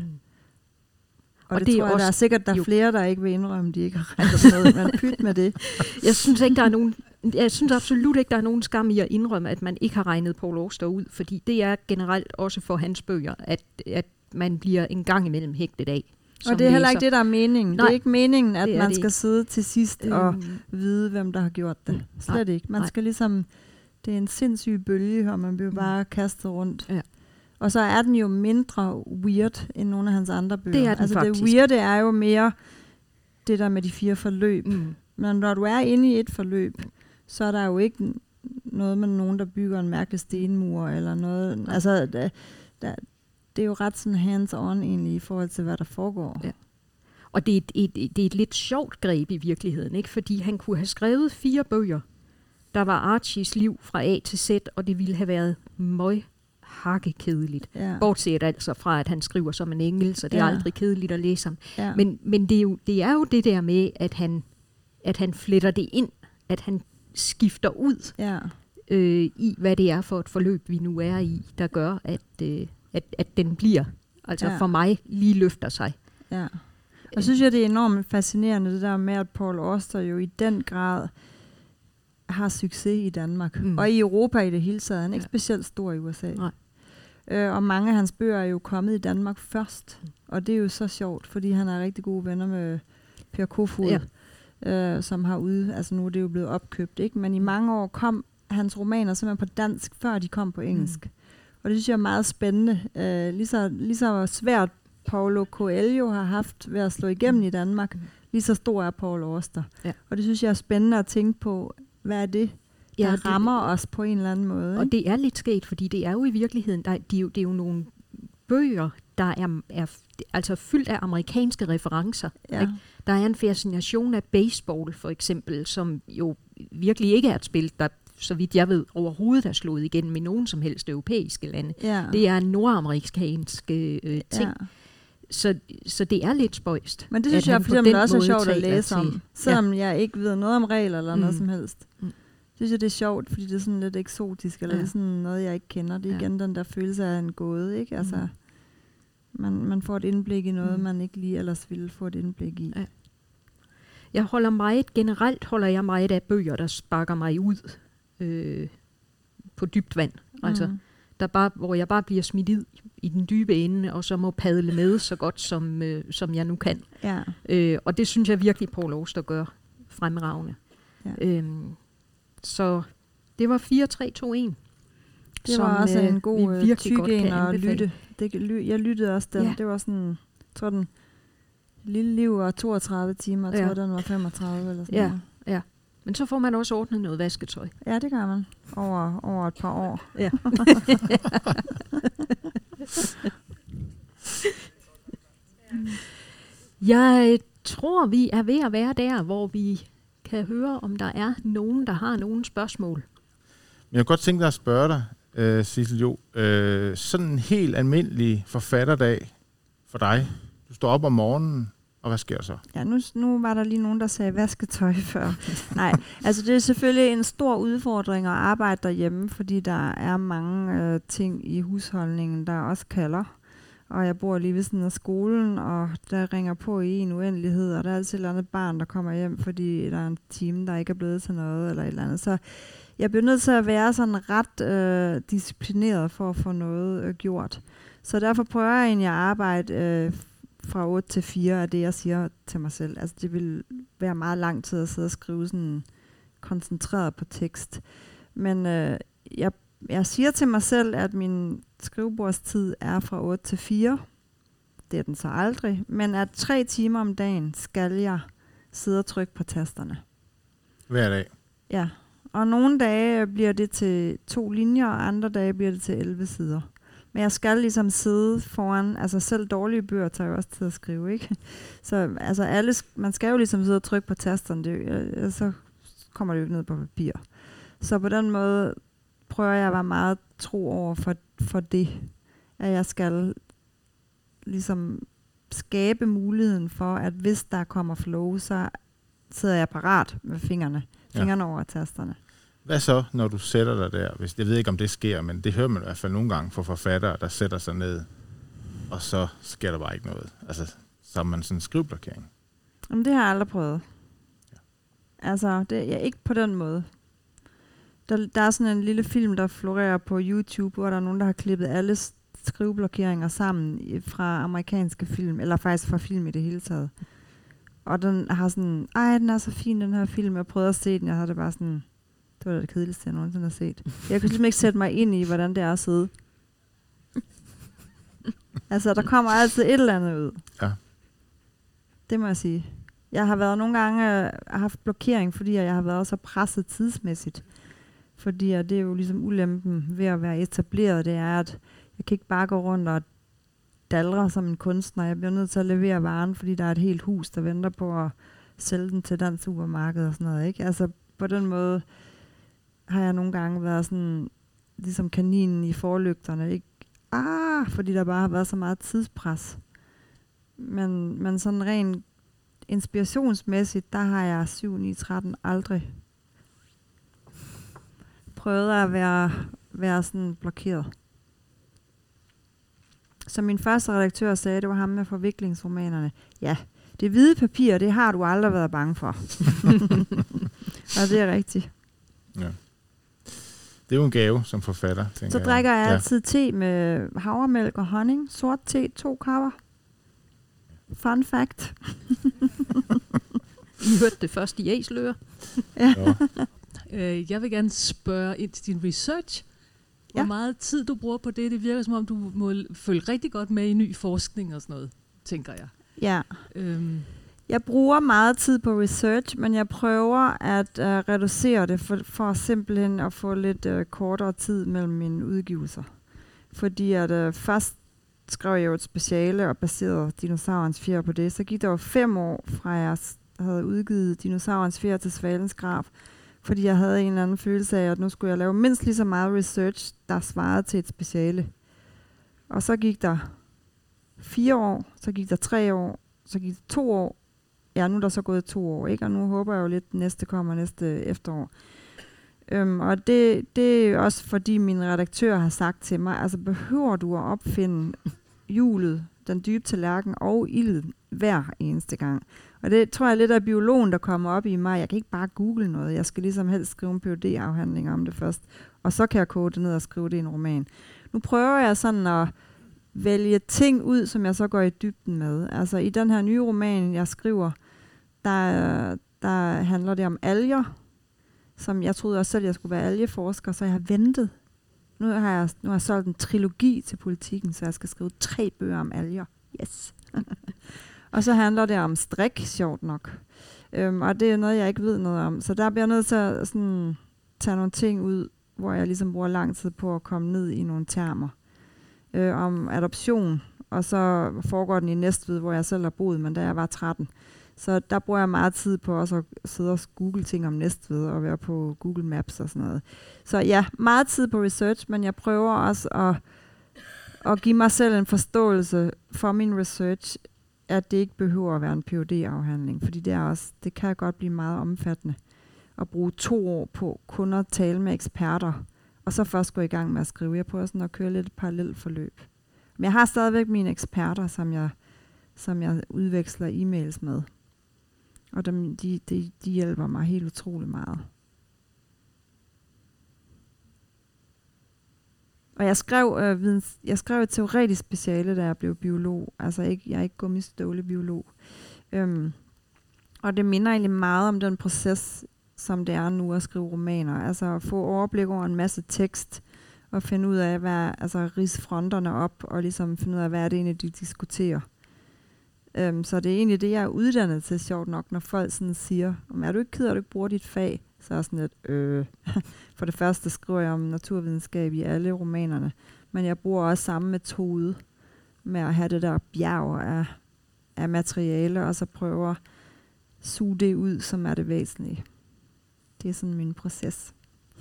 Og det tror jeg, der er sikkert flere, der ikke vil indrømme, de ikke har regnet den ud, men pyt med det. Jeg synes absolut ikke, der er nogen skam i at indrømme, at man ikke har regnet Paul Auster ud, fordi det er generelt også for hans bøger, at man bliver en gang imellem hægtet af. Og det er heller ikke det, der er meningen. Nej, det er ikke meningen, at man skal sidde til sidst og vide, hvem der har gjort det. Slet ikke. Man skal ligesom... Det er en sindssyg bølge, og man bliver bare kastet rundt. Ja. Og så er den jo mindre weird end nogle af hans andre bøger. Det er den faktisk. Det weirde er jo mere det der med de 4 forløb. Mm. Men når du er inde i et forløb, så er der jo ikke noget med nogen, der bygger en mærkelig stenmur eller noget. Nej. Altså, det er jo ret sådan hands-on egentlig i forhold til, hvad der foregår. Ja. Og det er et lidt sjovt greb i virkeligheden, ikke? Fordi han kunne have skrevet 4 bøger, der var Archies liv fra A til Z, og det ville have været hakkekedeligt. Ja. Bortset altså fra, at han skriver som en engel, så det er aldrig kedeligt at læse ham. Ja. Men det er jo det der med, at han fletter det ind, at han skifter ud i, hvad det er for et forløb, vi nu er i, der gør, at den bliver, altså for mig, lige løfter sig. Ja. Og synes jeg, det er enormt fascinerende, det der med, at Paul Auster jo i den grad har succes i Danmark. Og i Europa i det hele taget. Han er ikke specielt stor i USA. Og mange af hans bøger er jo kommet i Danmark først. Og det er jo så sjovt, fordi han er rigtig gode venner med Per Kofod, som har altså nu er det jo blevet opkøbt, ikke? Men i mange år kom hans romaner simpelthen på dansk, før de kom på engelsk. Og det synes jeg er meget spændende. Lige så svært Paulo Coelho har haft ved at slå igennem i Danmark, lige så stor er Paul Auster. Ja. Og det synes jeg er spændende at tænke på, hvad er det, der rammer os på en eller anden måde. Ikke? Og det er lidt sket, fordi det er jo i virkeligheden, det er jo nogle bøger, der er altså fyldt af amerikanske referencer. Ja. Ikke? Der er en fascination af baseball, for eksempel, som jo virkelig ikke er et spil, der, så vidt jeg ved, overhovedet er slået igennem i nogen som helst europæiske lande. Ja. Det er nordamerikanske ting. Ja. Så det er lidt spøjst. Men det synes jeg for eksempel også er sjovt at læse om, selvom jeg ikke ved noget om regler eller noget som helst. synes jeg, det er sjovt, fordi det er sådan lidt eksotisk, eller det er sådan noget, jeg ikke kender. Det er igen den der følelse af en gåde, ikke? Altså, man får et indblik i noget, man ikke lige ellers ville få et indblik i. Ja. Generelt holder jeg meget af bøger, der sparker mig ud på dybt vand. Altså, hvor jeg bare bliver smidt i den dybe ende, og så må padle med så godt, som jeg nu kan. Ja. Og det synes jeg virkelig, Paul Auster gør fremragende. Ja. Så det var 4, 3, 2, 1. Det var også en god tyk en at lytte. Jeg lyttede også den. Ja. Det var sådan, jeg tror den lille liv var 32 timer. Jeg tror den var 35 eller sådan noget. Ja. Men så får man også ordnet noget vasketøj. Ja, det gør man. Over et par år. Ja. Jeg tror, vi er ved at være der, hvor vi kan høre, om der er nogen, der har nogle spørgsmål. Men jeg kunne godt tænke dig at spørge dig, Sissel Jo. Sådan en helt almindelig forfatterdag for dig. Du står op om morgenen, og hvad sker så? Ja, nu var der lige nogen, der sagde vasketøj før. Nej, altså det er selvfølgelig en stor udfordring at arbejde derhjemme, fordi der er mange ting i husholdningen, der også kalder. Og jeg bor lige ved siden af skolen, og der ringer på i en uendelighed, og der er altid et eller andet barn, der kommer hjem, fordi der er en time, der ikke er blevet til noget, eller et eller andet. Så jeg bliver nødt til at være sådan ret disciplineret for at få noget gjort. Så derfor prøver jeg egentlig at arbejde fra 8 til 4 af det, jeg siger til mig selv. Altså det vil være meget lang tid at sidde og skrive sådan koncentreret på tekst. Men jeg siger til mig selv, at min skrivebordstid er fra 8 til 4. Det er den så aldrig. Men at 3 timer om dagen skal jeg sidde og trykke på tasterne. Hver dag? Ja. Og nogle dage bliver det til 2 linjer, og andre dage bliver det til 11 sider. Men jeg skal ligesom sidde foran, altså selv dårlige bøger tager jo også tid at skrive, ikke? Så altså man skal jo ligesom sidde og trykke på tasterne, så kommer det jo ned på papir. Så på den måde prøver jeg at være meget tro over for det, at jeg skal ligesom skabe muligheden for, at hvis der kommer flow, så sidder jeg parat med fingrene over tasterne. Hvad så, når du sætter dig der? Jeg ved ikke, om det sker, men det hører man i hvert fald nogle gange fra forfattere, der sætter sig ned, og så sker der bare ikke noget. Altså, så har man sådan en skriveblokering. Jamen, det har jeg aldrig prøvet. Ja. Altså, det er ikke på den måde. Der er sådan en lille film, der florerer på YouTube, hvor der er nogen, der har klippet alle skriveblokeringer sammen fra amerikanske film, eller faktisk fra film i det hele taget. Og den har sådan, den er så fin, den her film. Jeg prøvede at se den, jeg havde det bare sådan, det var det kedeligste, jeg nogensinde har set. Jeg kunne simpelthen ikke sætte mig ind i, hvordan det er at sidde. Altså, der kommer altid et eller andet ud. Ja. Det må jeg sige. Jeg har været nogle gange haft blokering, fordi jeg har været så presset tidsmæssigt. Fordi det er jo ligesom ulempen ved at være etableret, det er, at jeg kan ikke bare gå rundt og daldre som en kunstner. Jeg bliver nødt til at levere varen, fordi der er et helt hus, der venter på at sælge den til den supermarked og sådan noget, ikke? Altså, på den måde har jeg nogle gange været sådan, ligesom kaninen i forlygterne, ikke? Fordi der bare har været så meget tidspres. Men sådan rent inspirationsmæssigt, der har jeg 7, 9, 13 aldrig prøvet at være sådan blokeret. Som min første redaktør sagde, det var ham med forviklingsromanerne. Ja, det hvide papir, det har du aldrig været bange for. Og det er rigtigt. Ja. Det er jo en gave som forfatter, tænker Så drikker jeg altid te med havremælk og honning. Sort te, 2 kopper. Fun fact. I hørte det først i Æseløre. Ja. Jeg vil gerne spørge ind til din research. Hvor meget tid du bruger på det? Det virker som om, du må følge rigtig godt med i ny forskning og sådan noget, tænker jeg. Ja. Jeg bruger meget tid på research, men jeg prøver at reducere det for simpelthen at få lidt kortere tid mellem mine udgivelser. Fordi at først skrev jeg jo et speciale og baserede Dinosaurens fjer på det. Så gik der jo 5 år fra jeg havde udgivet Dinosaurens fjer til Svalens Grav, fordi jeg havde en eller anden følelse af, at nu skulle jeg lave mindst lige så meget research, der svarede til et speciale. Og så gik der 4 år, så gik der 3 år, så gik der 2 år. Ja, nu er der så gået 2 år, ikke? Og nu håber jeg jo lidt, at næste kommer næste efterår. Og det er også fordi min redaktør har sagt til mig, altså behøver du at opfinde hjulet, den dybe tallerken og ilden hver eneste gang. Og det tror jeg lidt af biologen, der kommer op i mig. Jeg kan ikke bare google noget. Jeg skal ligesom helst skrive en PhD-afhandling om det først. Og så kan jeg kode det ned og skrive det i en roman. Nu prøver jeg sådan at vælge ting ud, som jeg så går i dybden med. Altså i den her nye roman, jeg skriver, der handler det om alger, som jeg troede også selv, jeg skulle være algeforsker, så jeg har ventet. Nu har jeg solgt en trilogi til Politikken, så jeg skal skrive 3 bøger om alger. Yes. Og så handler det om strik, sjovt nok. Og det er noget, jeg ikke ved noget om. Så der bliver jeg nødt til at sådan, tage nogle ting ud, hvor jeg ligesom bruger lang tid på at komme ned i nogle termer. Om adoption, og så foregår den i Næstved, hvor jeg selv har boet, men da jeg var 13. Så der bruger jeg meget tid på også at sidde og google ting om Næstved og være på Google Maps og sådan noget. Så ja, meget tid på research, men jeg prøver også at give mig selv en forståelse for min research, at det ikke behøver at være en PhD-afhandling, fordi det kan godt blive meget omfattende at bruge 2 år på kun at tale med eksperter, og så først gå i gang med at skrive. Jeg prøver sådan at køre lidt parallelt forløb. Men jeg har stadigvæk mine eksperter, som jeg udveksler e-mails med. Og de hjælper mig helt utrolig meget. Og jeg skrev et teoretisk speciale, da jeg blev biolog. Altså jeg er ikke gummistøvlebiolog. Og det minder egentlig meget om den proces, som det er nu at skrive romaner. Altså at få overblik over en masse tekst, og finde ud af, ridse fronterne op, og ligesom finde ud af, hvad er det egentlig, de diskuterer. Så det er egentlig det, jeg er uddannet til, sjovt nok, når folk sådan siger, er du ikke ked af, at du ikke bruger dit fag? Så er sådan lidt, For det første skriver jeg om naturvidenskab i alle romanerne, men jeg bruger også samme metode med at have det der bjerg af materiale, og så prøver at suge det ud, som er det væsentlige. Det er sådan min proces.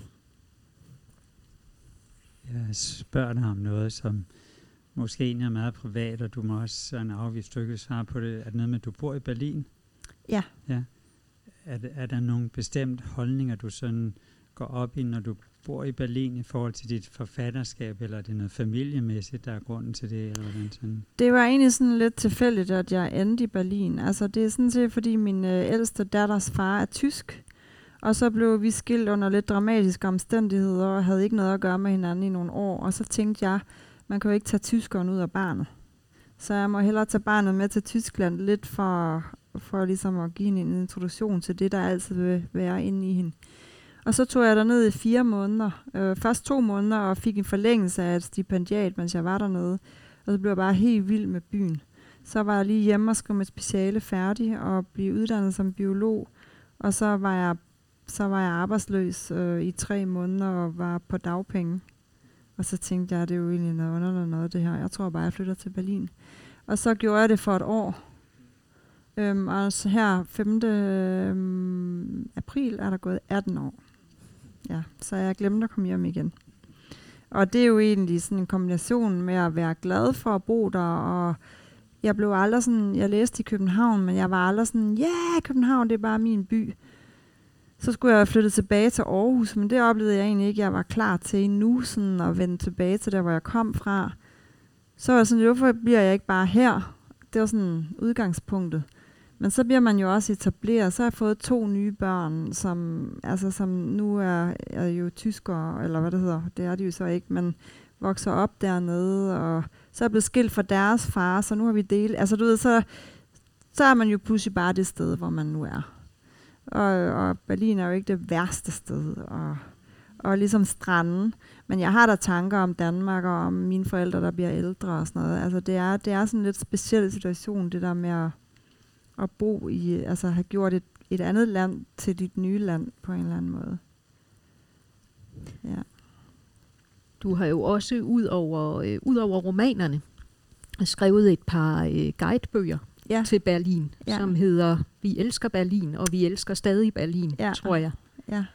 Jeg spørger dig om noget, som måske egentlig er meget privat, og du må også sådan afvise stykke svare på det. Er det noget med, at du bor i Berlin? Ja. Er der nogle bestemte holdninger, du sådan går op i, når du bor i Berlin i forhold til dit forfatterskab, eller er det noget familiemæssigt, der er grunden til det? Eller hvordan sådan? Det var egentlig sådan lidt tilfældigt, at jeg endte i Berlin. Altså det er sådan set, fordi min ældste datters far er tysk, og så blev vi skilt under lidt dramatiske omstændigheder, og havde ikke noget at gøre med hinanden i nogle år. Og så tænkte jeg, man kan jo ikke tage tyskeren ud af barnet. Så jeg må hellere tage barnet med til Tyskland, lidt for ligesom at give hende en introduktion til det, der altid vil være inde i hende. Og så tog jeg derned i 4 måneder. Først 2 måneder, og fik en forlængelse af et stipendiat, mens jeg var dernede. Og så blev jeg bare helt vild med byen. Så var jeg lige hjemme og skrev mit speciale færdig, og blev uddannet som biolog. Og så var jeg arbejdsløs i 3 måneder, og var på dagpenge. Og så tænkte jeg, det er jo egentlig noget underligt noget, det her. Jeg tror bare, jeg flytter til Berlin. Og så gjorde jeg det for et år. Og så her 5. april er der gået 18 år. Ja, så jeg glemte at komme hjem igen. Og det er jo egentlig sådan en kombination med at være glad for at bo der, og jeg blev aldrig sådan, jeg læste i København, men jeg var aldrig sådan, København, det er bare min by. Så skulle jeg flytte tilbage til Aarhus, men det oplevede jeg egentlig ikke, jeg var klar til endnu, sådan at vende tilbage til der, hvor jeg kom fra. Så var jeg sådan, hvorfor bliver jeg ikke bare her? Det var sådan udgangspunktet. Men så bliver man jo også etableret. Så har jeg fået 2 nye børn, som nu er jo tyskere, eller hvad det hedder. Det er de jo så ikke, men vokser op dernede. Og så er jeg blevet skilt fra deres far, så nu har vi delt. Altså du ved, så er man jo pludselig bare det sted, hvor man nu er. Og Berlin er jo ikke det værste sted. Og ligesom stranden. Men jeg har da tanker om Danmark og om mine forældre, der bliver ældre og sådan noget. Altså det er sådan en lidt speciel situation, det der med at bo i, altså have gjort et andet land til dit nye land på en eller anden måde. Ja. Du har jo også ud over romanerne skrevet et par guidebøger til Berlin, som hedder Vi elsker Berlin, og vi elsker stadig Berlin, tror jeg. Ja.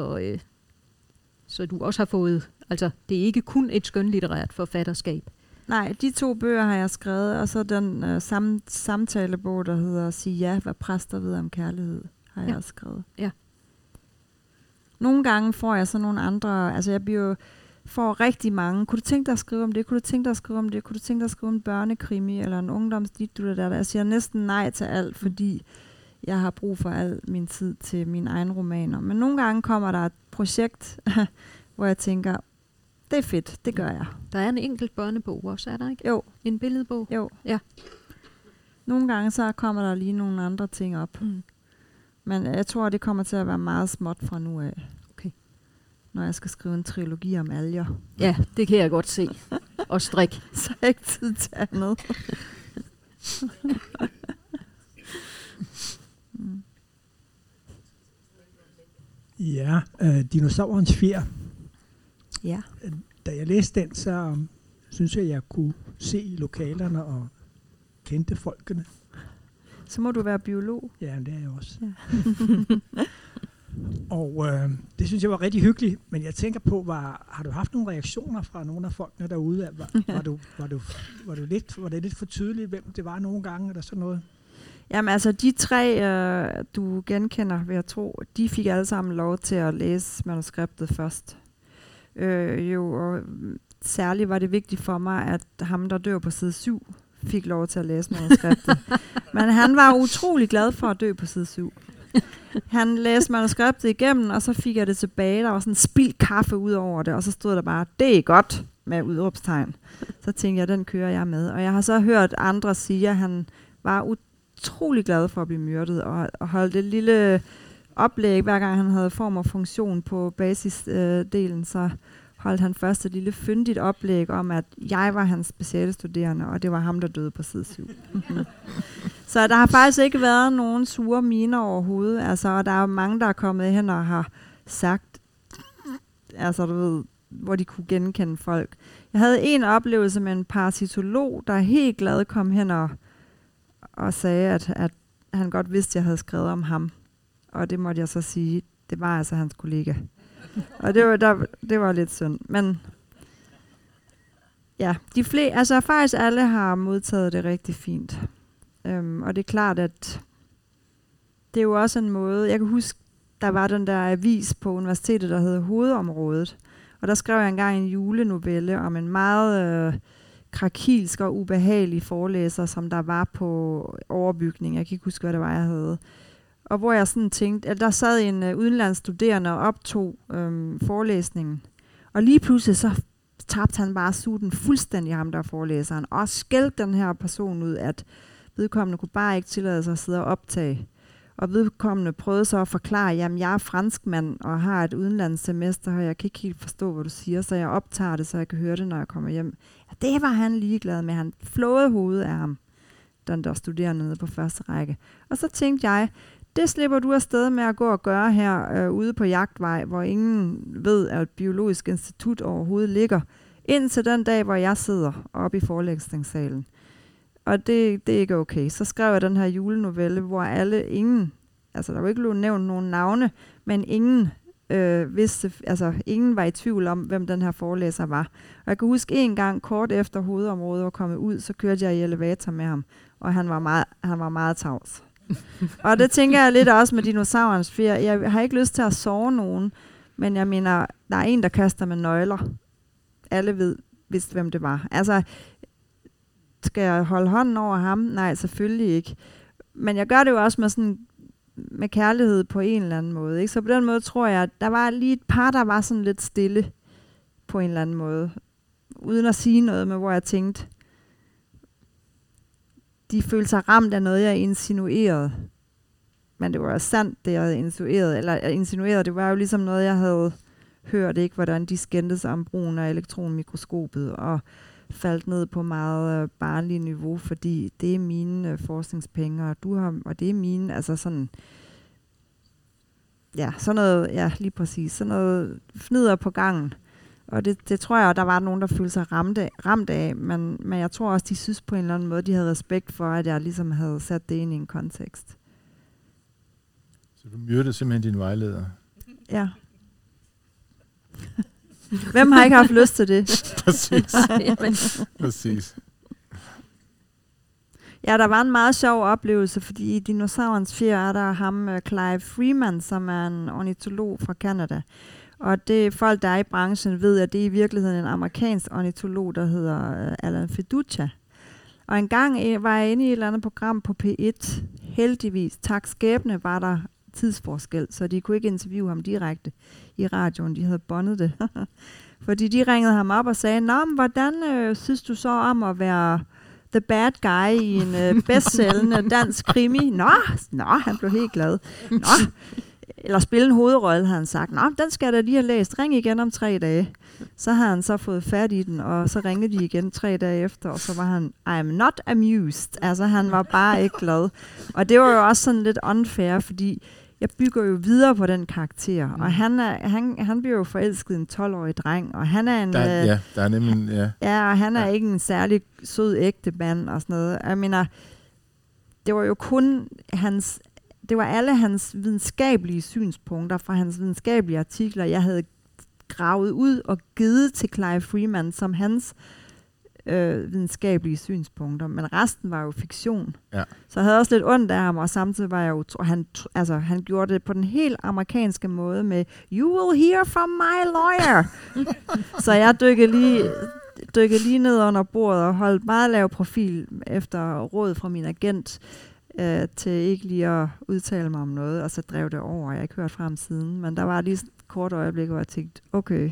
Så du også har fået, altså det er ikke kun et skønlitterært forfatterskab. Nej, de 2 bøger har jeg skrevet, og så den samtalebog, der hedder Sig ja, hvad præster ved om kærlighed, har jeg også skrevet. Ja. Nogle gange får jeg så nogle andre, altså jeg får rigtig mange. Kunne du tænke dig at skrive om det? Kunne du tænke dig at skrive om det? Kunne du tænke dig at skrive en børnekrimi eller en ungdomsdigt? Jeg siger næsten nej til alt, fordi jeg har brug for al min tid til mine egne romaner. Men nogle gange kommer der et projekt, hvor jeg tænker, det er fedt, det gør jeg. Der er en enkelt børnebog også, er der ikke? Jo. En billedbog? Jo. Ja. Nogle gange så kommer der lige nogle andre ting op. Men jeg tror, det kommer til at være meget småt fra nu af. Okay. Når jeg skal skrive en trilogi om alger. Ja, det kan jeg godt se. Og strik. Så er ikke tid til andet. Ja, Dinosaurens fjer. Ja. Da jeg læste den, så synes jeg kunne se lokalerne og kendte folkene. Så må du være biolog. Ja, det er jeg også. Ja. Og det synes jeg var rigtig hyggeligt, men jeg tænker på, har du haft nogle reaktioner fra nogle af folkene derude? Var det lidt for tydeligt, hvem det var nogle gange, eller sådan noget? Jamen altså, de 3, du genkender, vil jeg tro, de fik alle sammen lov til at læse manuskriptet først. Og særligt var det vigtigt for mig, at ham, der dør på side 7, fik lov til at læse manuskriptet. Men han var utrolig glad for at dø på side 7. Han læste manuskriptet igennem, og så fik jeg det tilbage. Der var sådan spildt kaffe ud over det, og så stod der bare, det er godt, med udråbstegn. Så tænkte jeg, den kører jeg med. Og jeg har så hørt andre sige, at han var utrolig glad for at blive myrdet, og holdt et lille oplæg, hver gang han havde form og funktion på basisdelen, så holdt han først et lille fyndigt oplæg om, at jeg var hans specialstuderende, og det var ham, der døde på side 7. Så der har faktisk ikke været nogen sure miner overhovedet, altså, og der er mange, der er kommet hen og har sagt, altså du ved, hvor de kunne genkende folk. Jeg havde en oplevelse med en parasitolog, der helt glad kom hen og sagde, at han godt vidste, at jeg havde skrevet om ham. Og det måtte jeg så sige, det var altså hans kollega. Og det var lidt synd. Men ja, faktisk alle har modtaget det rigtig fint. Og det er klart, at det er jo også en måde, jeg kan huske, der var den der avis på universitetet, der hed Hovedområdet. Og der skrev jeg engang en julenovelle om en meget krakilsk og ubehagelig forelæser, som der var på overbygning. Jeg kan ikke huske, hvad det var, jeg havde. Og hvor jeg sådan tænkte, at der sad en udenlandsstuderende og optog forelæsningen. Og lige pludselig så tabte han bare suten fuldstændig ham, der forelæseren. Og skældte den her person ud, at vedkommende kunne bare ikke tillade sig at sidde og optage. Og vedkommende prøvede så at forklare, jamen jeg er franskmand og har et udenlandssemester, og jeg kan ikke helt forstå, hvad du siger, så jeg optager det, så jeg kan høre det, når jeg kommer hjem. Ja, det var han ligeglad med. Han flåede hovedet af ham, den der studerende nede på første række. Og så tænkte jeg, det slipper du afsted med at gå og gøre her ude på Jagtvej, hvor ingen ved, at Biologisk Institut overhovedet ligger, indtil den dag, hvor jeg sidder oppe i forelæsningssalen. Og det er ikke okay. Så skrev jeg den her julenovelle, hvor ingen, altså der var ikke nævnt nogen navne, men ingen vidste, altså ingen var i tvivl om, hvem den her forelæser var. Og jeg kan huske en gang, kort efter Hovedområdet var kommet ud, så kørte jeg i elevator med ham, og han var meget tavs. Og det tænker jeg lidt også med Dinosaurens fjer. Jeg har ikke lyst til at sove nogen, men jeg mener, der er en, der kaster med nøgler. Alle vidste, hvem det var. Altså, skal jeg holde hånden over ham? Nej, selvfølgelig ikke. Men jeg gør det jo også med kærlighed på en eller anden måde. Ikke? Så på den måde tror jeg, at der var lige et par, der var sådan lidt stille på en eller anden måde. Uden at sige noget, med hvor jeg tænkte, de følte sig ramt af noget, jeg insinuerede. Men det var sandt, det jeg havde insinueret. Det var jo ligesom noget, jeg havde hørt, ikke, hvordan de skændte sig om brugen af elektronmikroskopet og faldt ned på meget barnlig niveau, fordi det er mine forskningspenge, og det er mine, altså sådan, ja, sådan noget, ja, lige præcis, sådan noget fnider på gangen. Og det tror jeg, der var nogen, der følte sig ramt af, men jeg tror også, de synes på en eller anden måde, de havde respekt for, at jeg ligesom havde sat det ind i en kontekst. Så du myrdede simpelthen din vejleder? Ja. Hvem har ikke haft lyst til det? Præcis. Præcis. Ja, der var en meget sjov oplevelse, fordi i Dinosaurens Fjer er der ham, Clive Freeman, som er en ornitolog fra Canada. Og det folk, der er i branchen, ved, at det er i virkeligheden en amerikansk ornitolog, der hedder Alan Feduccia. Og en gang var jeg inde i et eller andet program på P1. Heldigvis, tak skæbne, var der tidsforskel, så de kunne ikke interviewe ham direkte i radioen. De havde båndet det. Fordi de ringede ham op og sagde, nå, men hvordan synes du så om at være the bad guy i en bedstsælgende dansk krimi? Nå, han blev helt glad. Nå, eller spille en hovedrolle, havde han sagt. Nå, den skal jeg da lige have læst. Ring igen om 3 dage. Så har han så fået fat i den, og så ringede de igen 3 dage efter, og så var han, I'm not amused. Altså, han var bare ikke glad. Og det var jo også sådan lidt unfair, fordi jeg bygger jo videre på den karakter, og han bliver jo forelsket en 12-årig dreng, og han er en... der er nemlig... Ja, og han er ikke en særlig sød ægte mand og sådan noget. Jeg mener, det var jo kun hans... Det var alle hans videnskabelige synspunkter fra hans videnskabelige artikler, jeg havde gravet ud og givet til Clive Freeman som hans videnskabelige synspunkter, men resten var jo fiktion. Ja. Så jeg havde også lidt ondt af ham, og samtidig var jeg jo... Han gjorde det på den helt amerikanske måde med You will hear from my lawyer. Så jeg dykkede lige ned under bordet og holdt meget lav profil efter råd fra min agent, til ikke lige at udtale mig om noget, og så drev det over. Jeg har ikke hørt fra ham siden, men der var lige et kort øjeblik, hvor jeg tænkte, okay.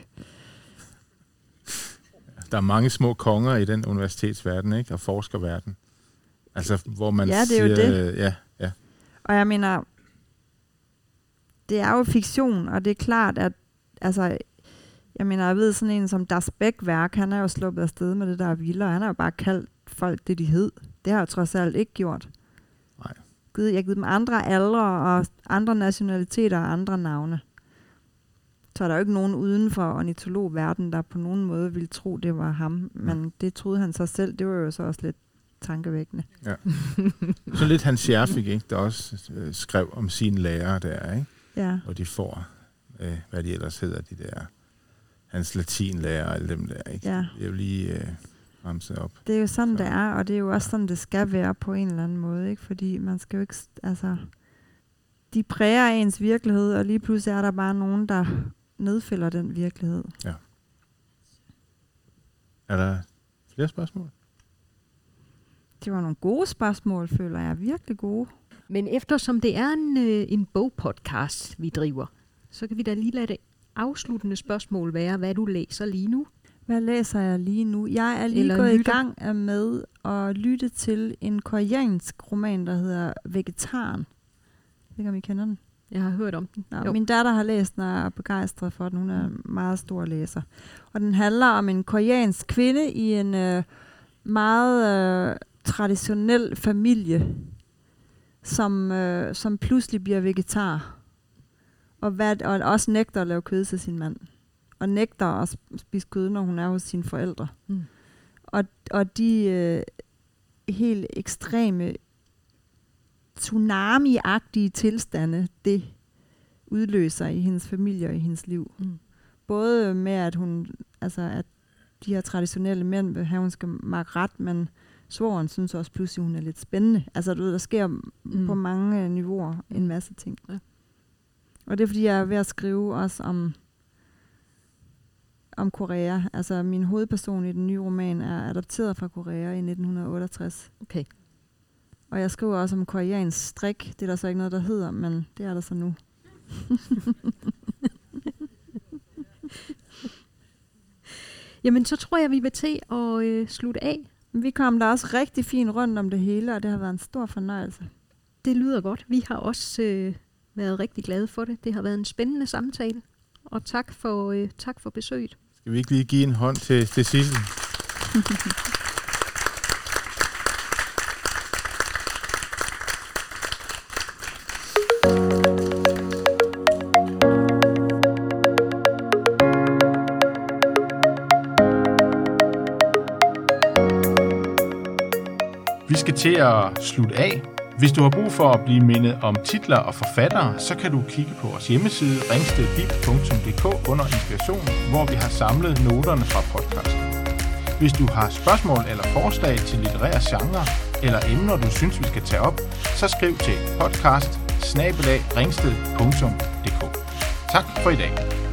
Der er mange små konger i den universitetsverden, ikke? Og forskerverden. Altså, hvor man ja, det er siger... jo det. Ja. Og jeg mener, det er jo fiktion, og det er klart, at altså, jeg ved sådan en som Das Beck-værk, han er jo sluppet afsted med det der vilde, og han har jo bare kaldt folk det, de hed. Det har jeg trods alt ikke gjort. Nej. Jeg har givet dem andre aldre og andre nationaliteter og andre navne. Så er der jo ikke nogen uden for ornitologverdenen, der på nogen måde ville tro, det var ham. Men det troede han sig selv. Det var jo så også lidt tankevækkende. Ja. Så lidt Hans Scherfig, ikke, der også skrev om sine lærere der, ikke? Ja. Og de får, hvad de ellers hedder, de der, hans latinlærer og alle dem der, ikke? Ja. Det er jo lige ramset op. Det er jo sådan, det er, og det er jo også sådan, det skal være på en eller anden måde, ikke? Fordi man skal jo ikke, altså, de præger ens virkelighed, og lige pludselig er der bare nogen, der nedfælder den virkelighed. Ja. Er der flere spørgsmål? Det var nogle gode spørgsmål, føler jeg. Virkelig gode. Men eftersom det er en bogpodcast, vi driver, så kan vi da lige lade det afsluttende spørgsmål være, hvad du læser lige nu. Hvad læser jeg lige nu? Jeg er lige gået i gang med at lytte til en koreansk roman, der hedder Vegetaren. Jeg ved ikke, om I kender den? Jeg har hørt om den. Nå, min datter har læst den og er begejstret for den. Hun er en meget stor læser. Og den handler om en koreansk kvinde i en meget traditionel familie, som pludselig bliver vegetar. Og også nægter at lave kød til sin mand. Og nægter at spise kød, når hun er hos sine forældre. Mm. Og de helt ekstreme tsunami-agtige tilstande, det udløser i hendes familie og i hendes liv. Mm. Både med, at at de her traditionelle mænd vil have, hun skal makke ret, men svoren synes også pludselig, hun er lidt spændende. Altså, der sker på mange niveauer en masse ting. Ja. Og det er, fordi jeg er ved at skrive også om Korea. Altså, min hovedperson i den nye roman er adopteret fra Korea i 1968. Okay. Og jeg skriver også om koreansk strik. Det er der så ikke noget, der hedder, men det er der så nu. Jamen, så tror jeg, vi vil til at slutte af. Vi kom der også rigtig fint rundt om det hele, og det har været en stor fornøjelse. Det lyder godt. Vi har også været rigtig glade for det. Det har været en spændende samtale. Og tak for besøget. Skal vi ikke lige give en hånd til Sissel? Vi skal til at slutte af. Hvis du har brug for at blive mindet om titler og forfattere, så kan du kigge på vores hjemmeside ringstedbib.dk under inspiration, hvor vi har samlet noterne fra podcasten. Hvis du har spørgsmål eller forslag til litterære genre, eller emner, du synes, vi skal tage op, så skriv til podcast@ringsted.dk. Tak for i dag.